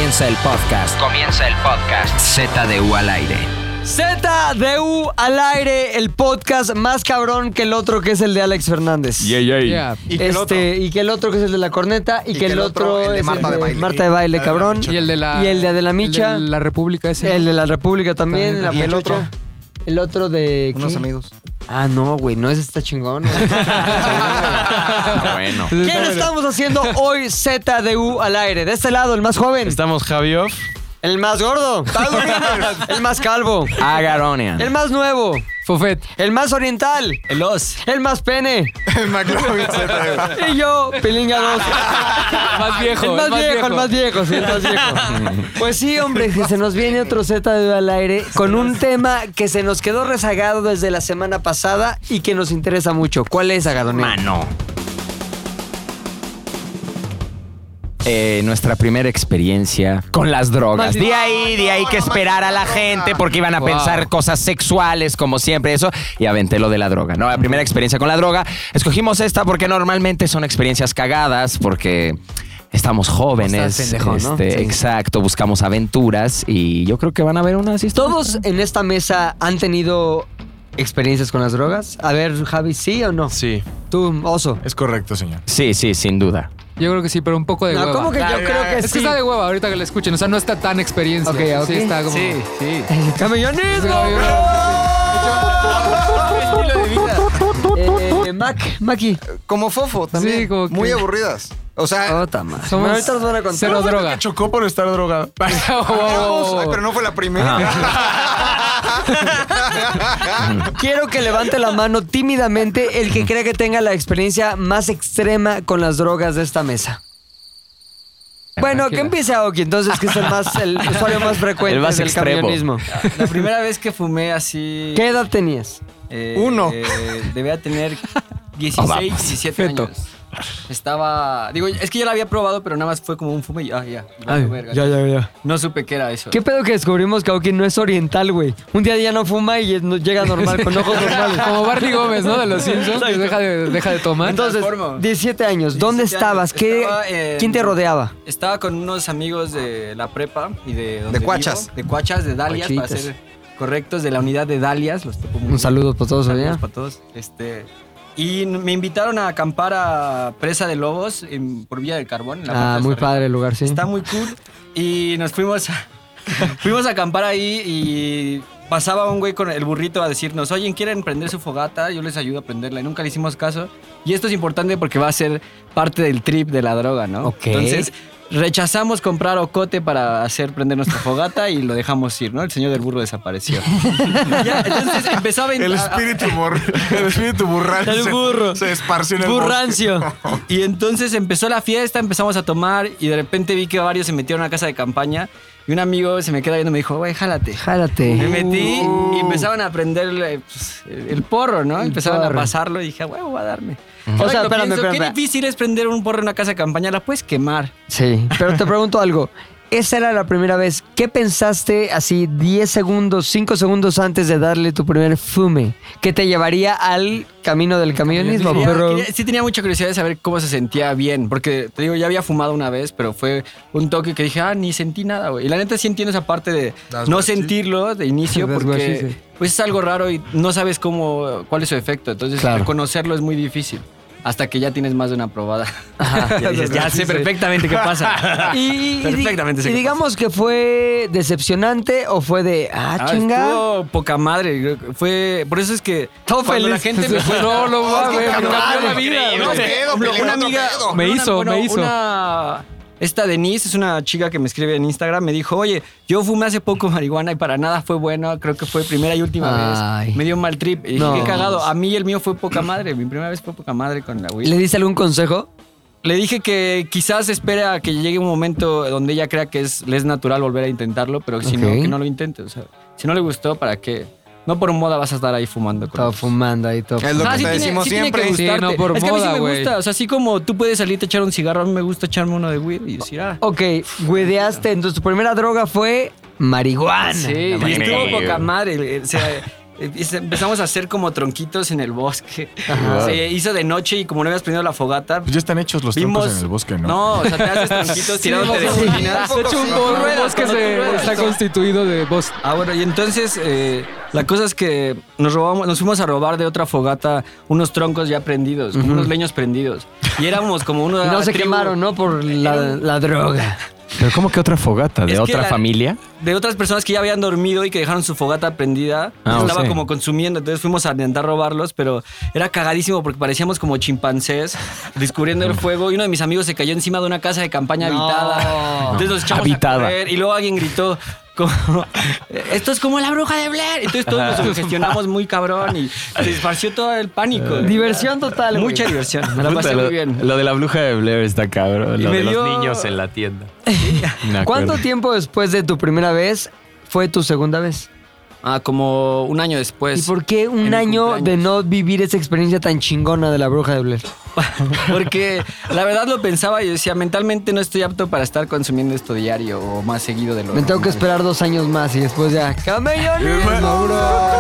Comienza el podcast. ZDU al aire. ZDU al aire, el podcast más cabrón que el otro, que es el de Alex Fernández. Yeah. Y que el otro que es el de la corneta, y que el otro el de es Marta el de Baile. Marta de Baile, cabrón. Y el de la Micha. El de la República ese. El de la República también. También. La ¿Y el Pelucha. otro? El otro de... Unos ¿qué? amigos. Ah, no, güey, no, ese está chingón. Bueno. ¿Quién estamos haciendo hoy ZDU al aire? De este lado, el más joven. Estamos Javioff. El más gordo. El más calvo. Agaronian. El más nuevo. Fofet. El más oriental. El os. El más pene. El McLovin ZDU. Y yo, Pilinga 2. Más viejo. El más viejo, sí, el más viejo. Pues sí, hombre, que se nos viene otro ZDU al aire con un tema que se nos quedó rezagado desde la semana pasada y que nos interesa mucho. ¿Cuál es, Agadoneo? Mano. Nuestra primera experiencia con las drogas. De ahí que esperar a la gente porque iban a pensar cosas sexuales como siempre, eso, y aventé lo de la droga, ¿no? La primera experiencia con la droga. Escogimos esta porque normalmente son experiencias cagadas, porque estamos jóvenes. Estás pendejo, ¿no? Sí. Exacto, buscamos aventuras y yo creo que van a haber unas historias. ¿Todos en esta mesa han tenido experiencias con las drogas? A ver, Javi, ¿sí o no? Sí, Tú, oso. es correcto, señor. Sí, sin duda. Yo creo que sí, pero un poco de No, hueva. ¿cómo que yo creo que Es sí? que está de hueva ahorita que la escuchen. O sea, no está tan experiencia. Ok. Sí, está como... sí. ¡Camellonismo! Maki. Como Fofo también. Sí, como que- Muy aburridas. O sea, Ota, madre. Somos Ahorita nos van a contar. cero droga. Que chocó por estar drogado. ay, pero no fue la primera. Quiero que levante la mano tímidamente el que cree que tenga la experiencia más extrema con las drogas de esta mesa. Bueno, que empiece Aoki, entonces, que es el usuario más frecuente El más del extremo. camionismo. La primera vez que fumé así... ¿Qué edad tenías? Uno. Debía tener 16, vamos. 17 Feto. años. Estaba... Digo, es que ya la había probado, pero nada más fue como un fume y ya. Ay, Verga. ya. No supe qué era eso. ¿Qué pedo que descubrimos que Aoki no es oriental, güey? Un día ya no fuma y llega normal, con ojos normales. Como Barney Gómez, ¿no? De los Simpsons. Que deja de tomar. Entonces, transformo. 17 años. ¿Dónde 17 estabas? años. Estaba, ¿Quién te rodeaba? Estaba con unos amigos de la prepa y de... donde Cuachas. vivo. De Cuachas, de Dalias, para Cuachitas. ser correctos, de la unidad de Dalias. Los topo muy Un bien. saludo para todos allá. Saludos para todos. Y me invitaron a acampar a Presa de Lobos por Villa del Carbón. en la parte Muy sur. padre el lugar, sí. Está muy cool. Y nos fuimos a acampar ahí y pasaba un güey con el burrito a decirnos, oye, ¿quieren prender su fogata? Yo les ayudo a prenderla. Y nunca le hicimos caso. Y esto es importante porque va a ser parte del trip de la droga, ¿no? Ok. Entonces, rechazamos comprar ocote para hacer prender nuestra fogata y lo dejamos ir, ¿no? El señor del burro desapareció. Ya, entonces empezó a El espíritu burrancio. El burro. Se esparció en el Burrancio. Y entonces empezó la fiesta, empezamos a tomar y de repente vi que varios se metieron a una casa de campaña y un amigo se me queda viendo y me dijo, güey, jálate. Jálate. Me metí y empezaban a prender el porro, ¿no? Empezaban porro. a pasarlo y dije, güey, voy a darme. O sea, Ahora que lo pienso, espérame. Qué difícil es prender un porro en una casa de campaña, la puedes quemar. Sí, pero te pregunto algo. Esa era la primera vez. ¿Qué pensaste así 10 segundos, 5 segundos antes de darle tu primer fume? Que te llevaría al camino del camionismo, pero... Sí tenía mucha curiosidad de saber cómo se sentía bien, porque te digo, ya había fumado una vez, pero fue un toque que dije, ni sentí nada, güey. Y la neta sí entiendo esa parte de Das no guachis. sentirlo de inicio, Das porque guachis, sí. pues es algo raro y no sabes cuál es su efecto. Entonces, Claro. reconocerlo es muy difícil. Hasta que ya tienes más de una probada. Ajá. Ya dices, ya sé perfectamente qué pasa. Perfectamente sé y qué digamos que fue decepcionante o fue de, chinga. Estuvo poca madre. Fue, por eso es que Todo cuando la feliz. gente me fue, no, mames, me cambió la vida. No, Otro pedo, una otro amiga pedo. Me hizo. Esta Denise es una chica que me escribe en Instagram. Me dijo, oye, yo fumé hace poco marihuana y para nada fue bueno. Creo que fue primera y última Ay. vez. Me dio un mal trip. Y dije, No. qué cagado. A mí el mío fue poca madre. Mi primera vez fue poca madre con la weed. ¿Le diste algún consejo? Le dije que quizás espere a que llegue un momento donde ella crea que le es natural volver a intentarlo, pero si no, Ok. que no lo intente. O sea, si no le gustó, ¿para qué? No por moda vas a estar ahí fumando. Estaba fumando ahí todo. Es lo que te decimos tiene siempre. que Sí, gustarte. no por es que a mí sí moda, me güey. gusta. O sea, así como tú puedes salirte a echar un cigarro, a mí me gusta echarme uno de weed y decir, Ok, güedeaste. Entonces tu primera droga fue marihuana. Sí, y estuvo poca madre. O sea, Empezamos a hacer como tronquitos en el bosque. Ajá. Se hizo de noche y como no habías prendido la fogata. Pues ya están hechos los troncos en el bosque, ¿no? No, o sea, te haces tronquitos tirándote de cocinas. De hecho, un bosque está constituido de bosque. Bueno, y entonces la cosa es que nos fuimos a robar de otra fogata unos troncos ya prendidos, como unos leños prendidos. Y éramos como una Y no se tribu quemaron, ¿no? Por la droga. ¿Pero cómo que otra fogata? ¿De Es que otra familia? De otras personas que ya habían dormido y que dejaron su fogata prendida. Ah, Estaba sí. como consumiendo. Entonces fuimos a intentar robarlos, pero era cagadísimo porque parecíamos como chimpancés descubriendo el fuego. Y uno de mis amigos se cayó encima de una casa de campaña habitada. Entonces nos echamos Habitada. a correr. Y luego alguien gritó... esto es como la bruja de Blair. Entonces todos nos sugestionamos muy cabrón y se esparció todo el pánico. Diversión total, güey. Mucha diversión. Me la pasé muy bien. Lo de la bruja de Blair está cabrón. Y Lo me de los dio- niños en la tienda. Me ¿Cuánto acuerdo. tiempo después de tu primera vez fue tu segunda vez? Como un año después. ¿Y por qué en un mi año cumpleaños. de no vivir esa experiencia tan chingona de la bruja de Blair? Porque la verdad lo pensaba y decía, mentalmente no estoy apto para estar consumiendo esto diario o más seguido de lo Me tengo que normal. esperar 2 años más y después ya... ¡Camellonismo, bro!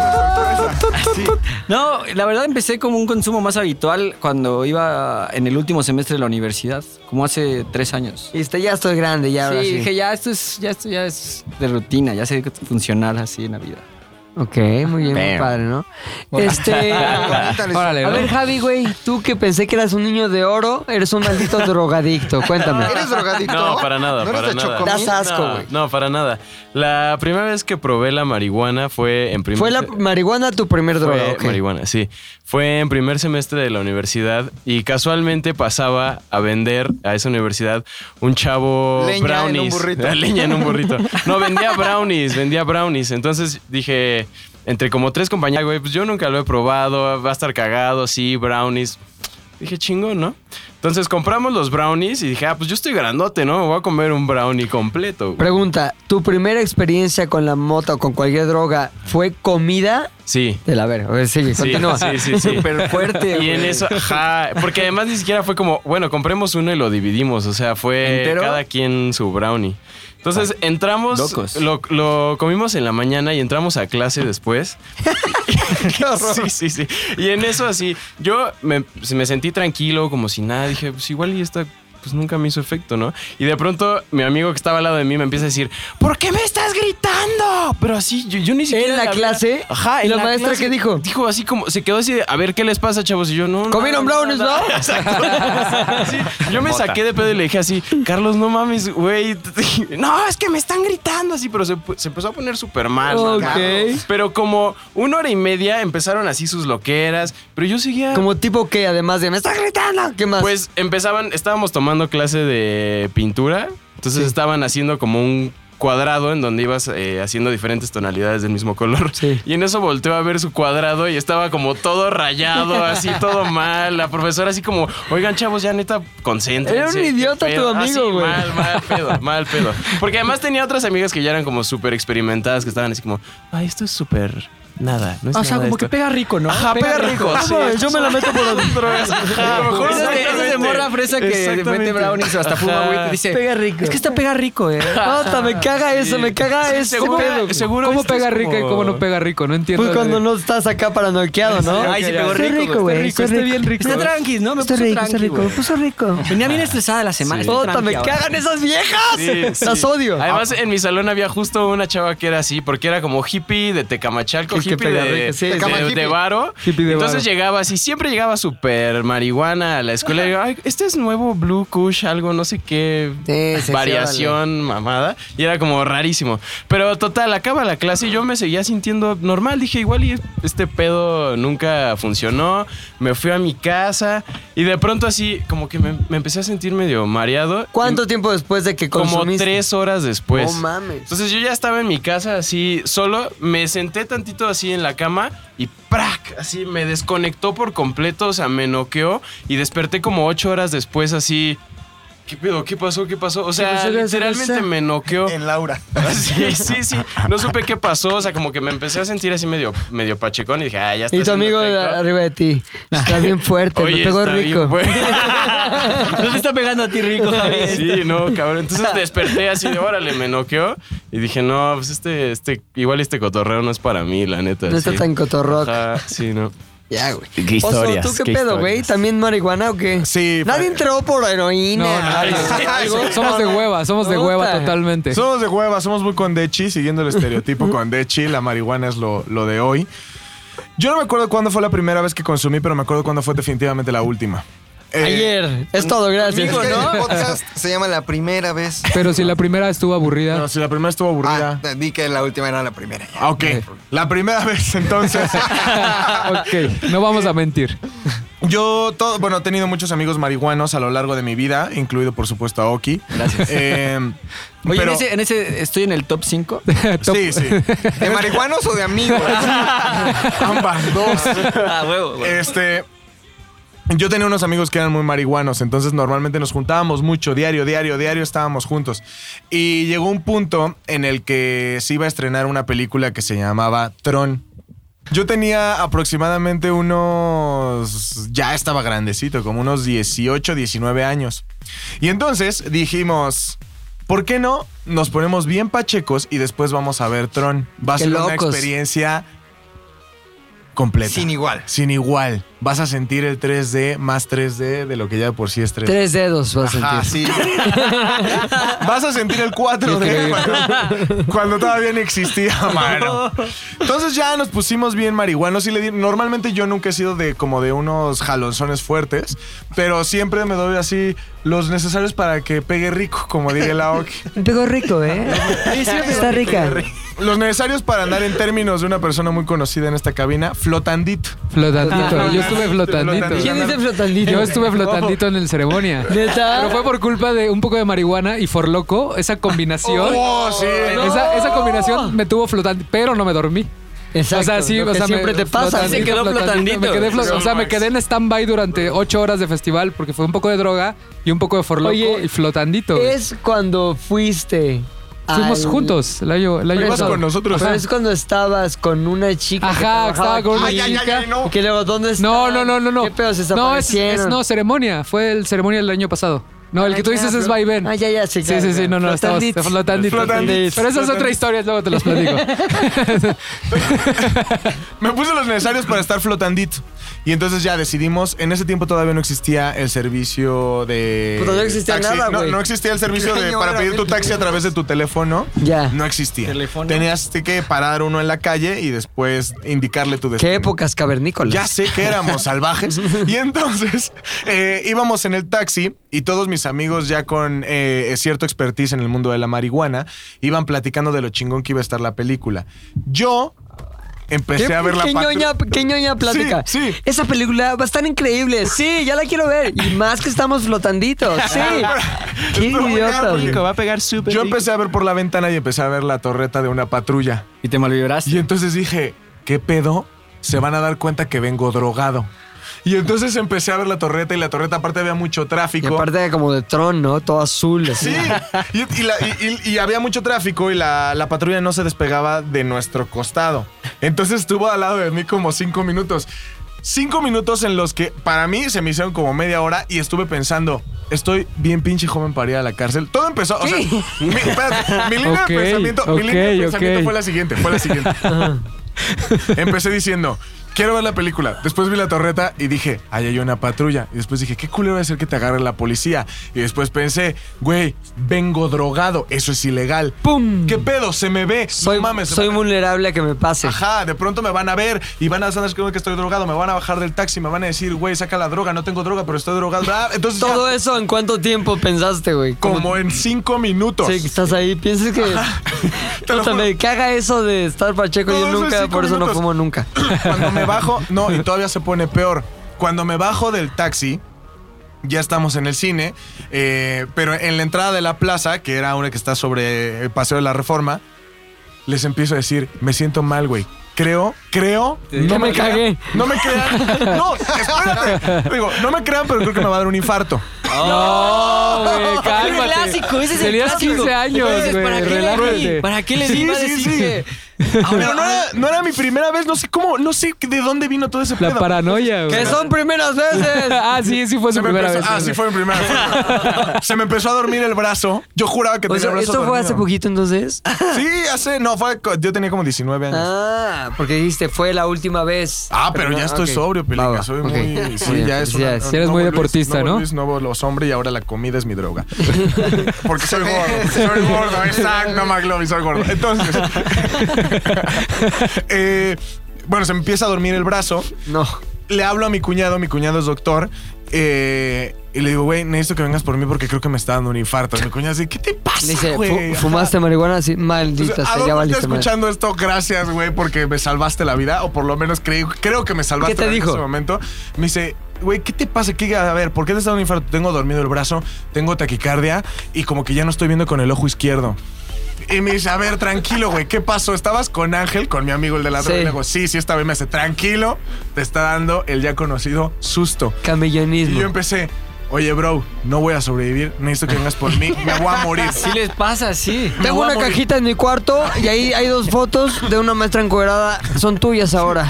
No, la verdad empecé como un consumo más habitual cuando iba en el último semestre de la universidad, como hace 3 años. Y ya estoy grande, ya ahora Sí, sí. dije, esto ya es de rutina, ya sé funcionar así en la vida. Ok, muy bien, muy Damn. padre, ¿no? Órale, A ¿no? ver, Javi, güey, tú que pensé que eras un niño de oro, eres un maldito drogadicto. Cuéntame. ¿Eres drogadicto? No, para nada, ¿No eres para de nada. Chocomil? Das asco, No, güey. no, para nada. La primera vez que probé la marihuana fue en primer ¿Fue la marihuana tu primer droga? Fue Ok. marihuana, sí. Fue en primer semestre de la universidad y casualmente pasaba a vender a esa universidad un chavo Leña en brownies. un burrito. Leña en un burrito. No, vendía brownies. Entonces dije, entre como 3 compañeros, güey, pues yo nunca lo he probado, va a estar cagado, sí, brownies. Dije, chingón, ¿no? Entonces compramos los brownies y dije, pues yo estoy grandote, ¿no? Me voy a comer un brownie completo. güey. Pregunta, ¿tu primera experiencia con la mota o con cualquier droga fue comida? Sí. De la verga. A ver, sigue, Sí, continúa. sí. Súper fuerte, Y en güey. eso, ajá, porque además ni siquiera fue como, bueno, compremos uno y lo dividimos, o sea, fue ¿Entero? cada quien su brownie. Entonces entramos, locos. lo comimos en la mañana y entramos a clase después. Sí. Y en eso así, yo me sentí tranquilo, como si nada, dije, pues igual y esta pues nunca me hizo efecto, ¿no? Y de pronto mi amigo que estaba al lado de mí me empieza a decir, ¿por qué me estás gritando? Pero así, yo ni siquiera... ¿En la había- clase? Ajá, ¿Y en la maestra clase. qué dijo? Dijo así como, se quedó así de, a ver, ¿qué les pasa, chavos? Y yo, no. ¿Comieron brownies, no? Exacto. Sí, yo me saqué de pedo y le dije así, Carlos, no mames, güey. No, es que me están gritando así, pero se empezó a poner súper mal. Ok. Pero como 1 hora y media empezaron así sus loqueras, pero yo seguía... Como tipo que además de me está gritando, ¿qué más? Pues estábamos tomando clase de pintura, entonces estaban haciendo como un cuadrado en donde ibas haciendo diferentes tonalidades del mismo color. Sí. Y en eso volteó a ver su cuadrado y estaba como todo rayado, así todo mal. La profesora así como, oigan chavos, ya neta, concéntrense. Era un ¿Qué idiota pedo?". tu amigo, Así, güey. mal pedo. Porque además tenía otras amigas que ya eran como súper experimentadas, que estaban así como, ay, esto es súper... Nada, no es O sea, nada como que esto". pega rico, ¿no? Ajá, pega rico. Sí. yo me la meto por las drogas. Ajá, a lo mejor Esa de exactamente. morra fresa que Exactamente. mete brownies o hasta fuma, güey, te dice, Pega rico. es que esta pega rico, Nota, me caga eso, me caga eso. Seguro, pedo, güey. seguro ¿Cómo esto pega es rico y como- cómo no pega rico? No entiendo. Pues cuando no estás acá paranoiqueado, ¿no? Ay, sí pegó Estoy rico, güey. Está bien rico. Está tranqui, ¿no? Me Estoy puso rico, tranqui, estoy rico. güey. Me puso rico. Venía bien estresada la semana. estoy Nota, tranqui me ahora. cagan esas viejas. Sí. Las odio. Además, en mi salón había justo una chava que era así, porque era como hippie de Tecamachalco, Es que hippie pega de, rico, sí, de Varo. Hippie de Entonces varo. llegaba así, siempre llegaba súper marihuana a la escuela. Y digo, ay, este es nuevo Blue Kush, algo, no sé qué Sí, variación, mamada. Y era como rarísimo. Pero total, acaba la clase y yo me seguía sintiendo normal. Dije, igual y este pedo nunca funcionó. Me fui a mi casa y de pronto así, como que me empecé a sentir medio mareado. ¿Cuánto tiempo después de que Como consumiste? 3 horas después. No mames. Entonces yo ya estaba en mi casa así solo, me senté tantito así en la cama y ¡prac! Así me desconectó por completo, o sea, me noqueó y desperté como 8 horas después así ¿qué pedo? ¿Qué pasó? O sea, literalmente me noqueó. En Laura. Sí. No supe qué pasó. O sea, como que me empecé a sentir así medio pachecón y dije, ya está. Y tu amigo arriba de ti. Está bien fuerte, me pegó rico. No te está pegando a ti rico, Javier. Sí, no, cabrón. Entonces desperté así de órale, me noqueó. Y dije, no, pues igual este cotorreo no es para mí, la neta. No está tan cotorrock. Sí, no. Ya, güey. Qué historias. Oso, ¿tú qué pedo, güey? ¿También marihuana o qué? Sí. Nadie entró por heroína. No. Somos de hueva totalmente. Somos de hueva, somos muy condechi, siguiendo el estereotipo condechi. La marihuana es lo de hoy. Yo no me acuerdo cuándo fue la primera vez que consumí, pero me acuerdo cuándo fue definitivamente la última. Ayer. Es todo, gracias. Amigo, ¿no? El podcast se llama La Primera Vez. Pero si la primera estuvo aburrida. No, si la primera estuvo aburrida. Di que la última era la primera. Ya. Ok, la primera vez entonces. Ok, no vamos a mentir. Yo he tenido muchos amigos marihuanos a lo largo de mi vida, incluido por supuesto a Oki. Gracias. Oye, pero, en ese estoy en el top 5. Sí. ¿De marihuanos o de amigos? Ambas dos. Huevo. Yo tenía unos amigos que eran muy marihuanos, entonces normalmente nos juntábamos mucho, diario estábamos juntos. Y llegó un punto en el que se iba a estrenar una película que se llamaba Tron. Yo tenía aproximadamente ya estaba grandecito, como unos 18, 19 años. Y entonces dijimos, ¿por qué no nos ponemos bien pachecos y después vamos a ver Tron? Va a ser una experiencia completa. Sin igual. Vas a sentir el 3D más 3D de lo que ya de por sí es 3D. 3 dedos vas a sentir. Sí. Vas a sentir el 4D cuando todavía no existía, mano. Entonces ya nos pusimos bien marihuanos y normalmente yo nunca he sido de unos jalonzones fuertes, pero siempre me doy así los necesarios para que pegue rico, como diría la Oki. Pegó rico, ¿eh? Está rica. Los necesarios para andar en términos de una persona muy conocida en esta cabina, flotandito. Flotandito. Yo estuve flotandito. ¿Quién dice flotandito? Yo estuve flotandito en el ceremonia. ¿Neta? Pero fue por culpa de un poco de marihuana y forloco. Esa combinación. ¡Oh, sí! Esa combinación me tuvo flotando, pero no me dormí. Exacto. O sea, sí, lo que siempre te pasa. Se quedó flotandito. Me quedé en stand-by durante 8 horas de festival porque fue un poco de droga y un poco de forloco. Oye, y flotandito. Es cuando fuiste. Fuimos juntos. La Ibas con nosotros. Pero es cuando estabas con una chica. Ajá, estaba con una chica. no. Que luego, ¿dónde está? No. ¿Qué pedo se desaparecieron? No, ceremonia. Fue el ceremonia del año pasado. No, el que tú dices es vaivén. Ya, sí. Claro, Sí, no, estamos flotandito. Pero esa es otra historia, luego te los platico. Me puse los necesarios para estar flotandito. Y entonces ya decidimos, en ese tiempo todavía no existía el servicio de Pero no existía taxi. nada, güey. No existía el servicio para pedir tu taxi a través de tu teléfono. Ya. No existía. ¿Teléfono? Tenías que parar uno en la calle y después indicarle tu destino. ¿Qué épocas cavernícolas? Ya sé que éramos salvajes. Y entonces íbamos en el taxi y todos mis amigos ya con cierto expertise en el mundo de la marihuana iban platicando de lo chingón que iba a estar la película. Yo empecé a ver la ¿Qué ñoña plática? Sí. Esa película va a estar increíble. Sí, ya la quiero ver. Y más que estamos flotanditos. Sí. Qué idiota. Va a pegar súper. Yo empecé a ver por la ventana y empecé a ver la torreta de una patrulla. Y te malvibraste. Y entonces dije, ¿qué pedo? Se van a dar cuenta que vengo drogado. Y entonces empecé a ver la torreta y la torreta aparte había mucho tráfico. Y aparte como de Tron, ¿no? Todo azul. Así. Sí. Y había mucho tráfico y la patrulla no se despegaba de nuestro costado. Entonces estuvo al lado de mí como 5 minutos. 5 minutos en los que para mí se me hicieron como media hora y estuve pensando, estoy bien pinche joven para ir a la cárcel. Todo empezó, o sea, mi línea de pensamiento fue la siguiente. Empecé diciendo, quiero ver la película. Después vi la torreta y dije, ahí hay una patrulla. Y después dije, qué culero va a ser que te agarre la policía. Y después pensé, güey, vengo drogado. Eso es ilegal. ¡Pum! ¿Qué pedo? Se me ve. Soy, no mames. soy vulnerable a que me pase. Ajá, de pronto me van a ver y van a saber que estoy drogado. Me van a bajar del taxi, me van a decir, güey, saca la droga. No tengo droga, pero estoy drogado. Entonces ¿todo eso en cuánto tiempo pensaste, güey? Como en 5 minutos. Sí, estás ahí. Piensas que... me caga eso de estar pacheco. Todo Yo eso nunca, en 5 por eso minutos. no fumo nunca. Cuando me bajo... No, y todavía se pone peor. Cuando me bajo del taxi... Ya estamos en el cine, pero en la entrada de la plaza, que era una que está sobre el Paseo de la Reforma, les empiezo a decir, me siento mal, güey. Creo. No me cagué. No me crean. No, espérate. Digo, no me crean, pero creo que me va a dar un infarto. No, güey, cálmate. Clásico, ese es el Tenías clásico. 15 años, Entonces, güey, ¿para qué relájate. ¿Para qué le Sí, iba a sí, decir sí. que... Pero no era mi primera vez, no sé de dónde vino todo ese La pedo. paranoia, güey. ¡Que son primeras veces! Ah, sí fue su primera vez. Sí fue mi primera vez. Se me empezó a dormir el brazo. Yo juraba que O tenía sea, el brazo ¿esto fue dormido. hace poquito entonces? Sí, yo tenía como 19 años. Ah, porque dijiste, fue la última vez. Pero ya estoy ok. sobrio, Va, Pilinga. va, Soy ok. muy... Sí, Muy bien, ya es una... felicidades. Sí, eres muy deportista, ¿no? Nuevo los hombres y ahora la comida es mi droga. Porque soy gordo. Soy gordo, exacto, McLovin, soy gordo. Entonces... bueno, se me empieza a dormir el brazo. No. Le hablo a mi cuñado es doctor. Y le digo, güey, necesito que vengas por mí porque creo que me está dando un infarto. Mi cuñado dice, ¿qué te Le pasa, dice, güey? ¿fumaste marihuana? Sí, O maldita sea, sea, ya Adolfo está valiste madre. escuchando esto, gracias, güey, porque me salvaste la vida, o por lo menos creo que me salvaste ¿Qué te la vida dijo? en ese momento. Me dice, güey, ¿qué te pasa? A ver, ¿por qué te está dando un infarto? Tengo dormido el brazo, tengo taquicardia y como que ya no estoy viendo con el ojo izquierdo. Y me dice, a ver, tranquilo, güey, ¿qué pasó? ¿Estabas con Ángel, con mi amigo el de la droga? Sí. Y le digo, sí, estaba. Y me dice, tranquilo, te está dando el ya conocido susto. Y Camellonismo. yo empecé, oye, bro, no voy a sobrevivir, necesito que vengas por mí, me voy a morir. Sí les pasa, sí. Tengo una cajita en mi cuarto y ahí hay 2 fotos de una maestra encuerada. Son tuyas ahora.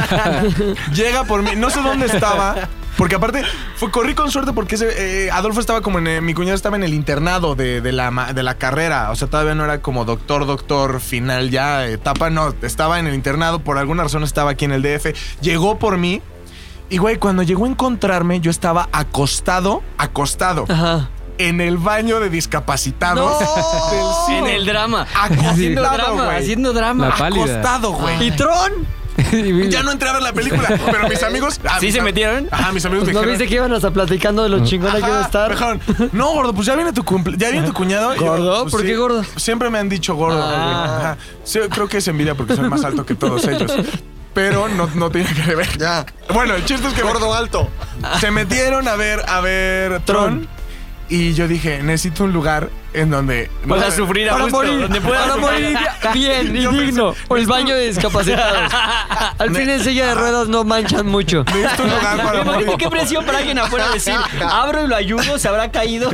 Llega por mí, no sé dónde estaba. Porque aparte, corrí con suerte porque Adolfo estaba como mi cuñado estaba en el internado de la carrera. O sea, todavía no era como doctor final ya, etapa, no. Estaba en el internado, por alguna razón estaba aquí en el DF. Llegó por mí y, güey, cuando llegó a encontrarme, yo estaba acostado Ajá. en el baño de discapacitados del cine. En el drama. Haciendo Haciendo drama. La pálida. acostado, güey. ¿Y Tron? Ya no entré a ver la película, pero mis amigos... ¿Sí se metieron? Ajá, mis amigos me ¿No dijeron... viste que iban hasta platicando de lo chingona que iba a estar? Dijeron, no, gordo, pues ya viene tu cuñado. Y yo, ¿Gordo? pues, ¿Por qué gordo? Siempre me han dicho gordo. güey. Ajá. Sí, creo que es envidia porque soy más alto que todos ellos. Pero no tiene que ver. Ya. Bueno, el chiste es que Gordo alto. se metieron a ver Tron. Y yo dije, necesito un lugar en donde... Puedas sufrir a Para gusto. morir, Donde puedas para sufrir. morir bien y Yo pensé, digno. O el baño de discapacitados. Al fin en silla de ruedas no manchan mucho. Necesito un lugar para morir. Imagínate qué presión para alguien afuera decir, abro y lo ayudo, se habrá caído.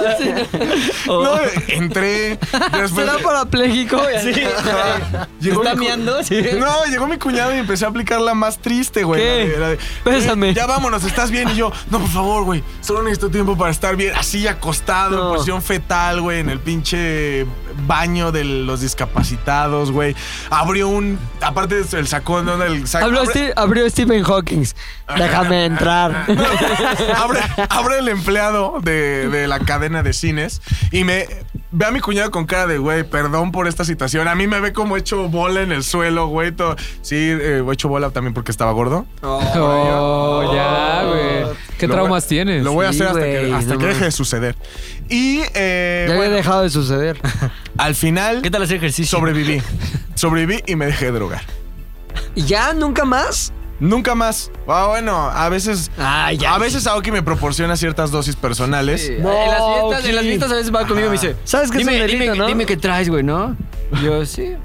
No, entré. Después, ¿Será parapléjico? Sí. llegó ¿Está mi meando? Sí. No, llegó mi cuñado y empecé a aplicar la más triste, güey. ¿Qué? La de, Bésame. Ya vámonos, ¿estás bien? Y yo, no, por favor, güey. Solo necesito tiempo para estar bien. Así acostado, No. en posición fetal, güey, en el pinche baño de los discapacitados, güey. Abrió aparte el sacón, ¿no? Abrió Stephen Hawking. Déjame entrar. Abre el empleado de la cadena de cines y ve a mi cuñado con cara de, güey, perdón por esta situación. A mí me ve como hecho bola en el suelo, güey. Sí, hecho bola también porque estaba gordo. Oh, ya, güey. ¿Qué traumas tienes? Lo voy a Sí, hacer güey, hasta no que deje mames. de suceder. Y, Ya había bueno, dejado de suceder. al final ¿Qué tal hacer ejercicio? sobreviví y me dejé drogar. ¿Y ya? ¿Nunca más? Nunca más. Bueno, a veces Aoki me proporciona ciertas dosis personales. En las fiestas a veces va conmigo y me dice, ¿Sabes qué es un delito, no? Dime qué traes, güey, ¿no? Y yo, sí.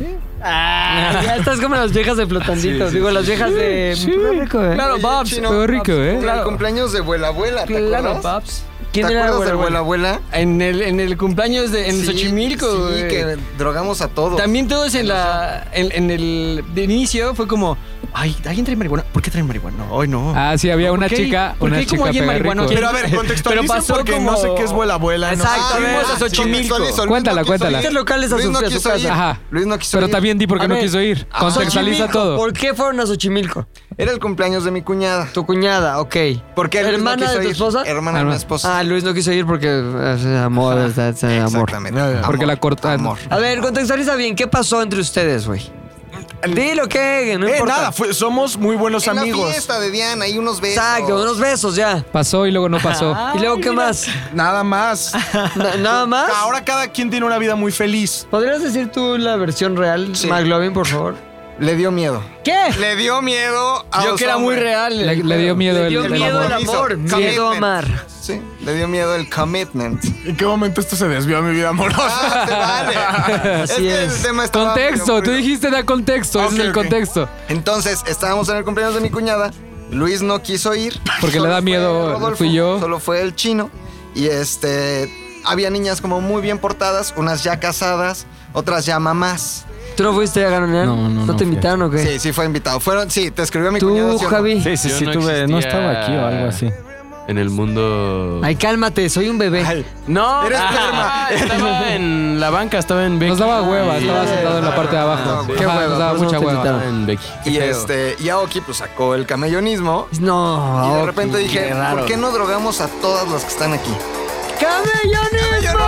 Ya estás como las viejas de flotanditos. Digo, las viejas de... Rico, ¿eh? Claro, Babs. Chino, Todo rico, ¿eh? En el cumpleaños de Abuela, ¿te Claro, acuerdas? Babs. ¿Quién ¿Te era acuerdas de Abuela? Abuela? En el cumpleaños en Sí, Xochimilco, sí, güey. que drogamos a todos. También todos en el de inicio fue como, ay, ¿alguien trae marihuana? ¿Por qué trae marihuana? No, hoy no. Ah, sí, había una ¿Por qué? chica, ¿Por qué una hay como chica alguien pega marihuano rico. aquí? Pero a ver, contextualicen Pero pasó porque como- no sé qué es abuela. Exacto, no sé. fuimos a Xochimilco. Luis Cuéntala, no quiso cuéntala. ir. Sitios locales a Luis su- no a su quiso casa. ir. Ajá. Luis no quiso Pero ir. también di por qué A no ver, quiso ir. Contextualiza Xochimilco. todo. ¿Por qué fueron a Xochimilco? Era el cumpleaños de mi cuñada. Tu cuñada, ok. ¿Por qué Luis ¿Hermana no quiso de tu ir? esposa? Hermana de mi esposa. Ah, Luis no quiso ir porque amor, amor. Exactamente. Ya. Porque la cortan. Amor. A ver, contextualiza bien, ¿qué pasó entre ustedes, güey? Dilo que no importa. Nada, somos muy buenos En amigos. la fiesta de Diana hay unos besos. Exacto, unos besos ya. Pasó y luego no pasó. ¿Y luego qué más? Nada más. ¿Nada más? Ahora cada quien tiene una vida muy feliz. ¿Podrías decir tú la versión real, Sí. McLovin, por favor? Le dio miedo. ¿Qué? Le dio miedo a Yo los que era muy hombres. real. Le dio miedo Dio el miedo amor. el amor, Commitment. miedo a amar. Sí, le dio miedo el commitment. ¿En qué momento esto se desvió a mi vida amorosa? Ah, se vale. Así que es. el tema estaba Contexto, medio tú aburrido. dijiste da contexto, ese Ok, es el ok. contexto. Entonces, estábamos en el cumpleaños de mi cuñada. Luis no quiso ir. Porque le Solo da fue miedo, Rodolfo, fui yo. Solo fue el chino. Y había niñas como muy bien portadas, unas ya casadas, otras ya mamás. ¿Tú no fuiste a ganar? No ¿No te invitaron o qué? Sí, fue invitado. Te escribió mi cuñado. ¿Tú, ¿sí o no? Javi? Sí, Yo no tuve. No existía estaba aquí o algo así. En el mundo. Ay, cálmate, soy un bebé. No, Eres estaba en la banca, estaba en Becky. Nos daba hueva, estaba sentado en la parte de abajo. Qué hueva, Nos daba por eso mucha no te hueva. invitaron. Estaba en Becky. Y Aoki pues sacó el camellonismo. No. Y de repente qué dije, raro. ¿por qué no drogamos a todas las que están aquí? ¡Camellonismo!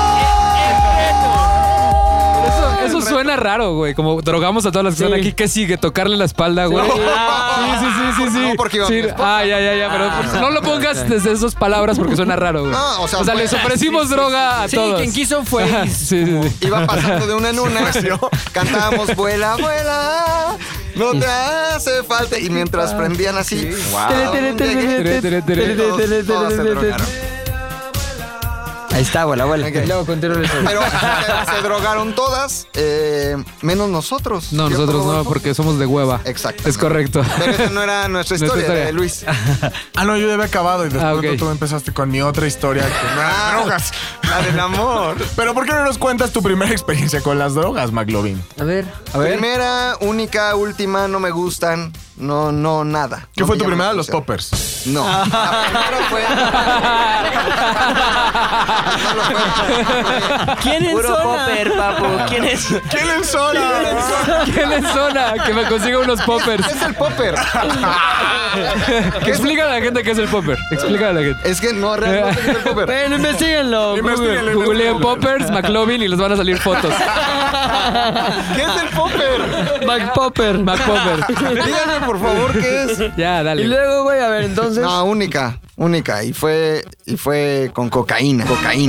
Eso suena raro, güey. Como drogamos a todas las que están aquí. ¿Qué sigue? ¿Tocarle la espalda, güey? Sí. No, porque iba Sí, mi esposa. ya. Pero pues, no lo pongas desde esas palabras porque suena raro, güey. No, o sea, les ofrecimos droga a Sí, todos. quien quiso fue. Sí. Iba pasando de una en una. Cantábamos vuela, vuela, no te hace falta. Y mientras prendían así, todos se drogaron. Ahí está, abuela. Ok. Y luego continúa la historia. Pero se drogaron todas, menos nosotros. No, Yo nosotros como- no, porque somos de hueva. Exacto. Es correcto. Pero esa no era nuestra historia, historia. la de Luis. No, yo ya había acabado y después ok. tú empezaste con mi otra historia que no era drogas. La del amor. Pero ¿por qué no nos cuentas tu primera experiencia con las drogas, McLovin? A ver. Primera, única, última, no me gustan. No, nada. ¿Qué No fue me tu llama primera? la Los atención. poppers. No. La primera fue. No lo fue. ¿Quién es Puro Zona? popper, papu. ¿Quién es? ¿Quién en zona? ¿Quién es zona? Que me consiga unos poppers. ¿Qué es el popper? Explícale a la gente qué es el popper. Explícale a la gente. Es que no, realmente ¿qué es el popper? Bueno, investíguenlo. Investíguenlo. Googleen poppers, McLovin y les van a salir fotos. ¿Qué es el popper? McPopper. McPopper. Díganme, por favor, ¿qué es? Ya, Y dale. luego, güey, a ver, entonces. No, única. Y fue con cocaína.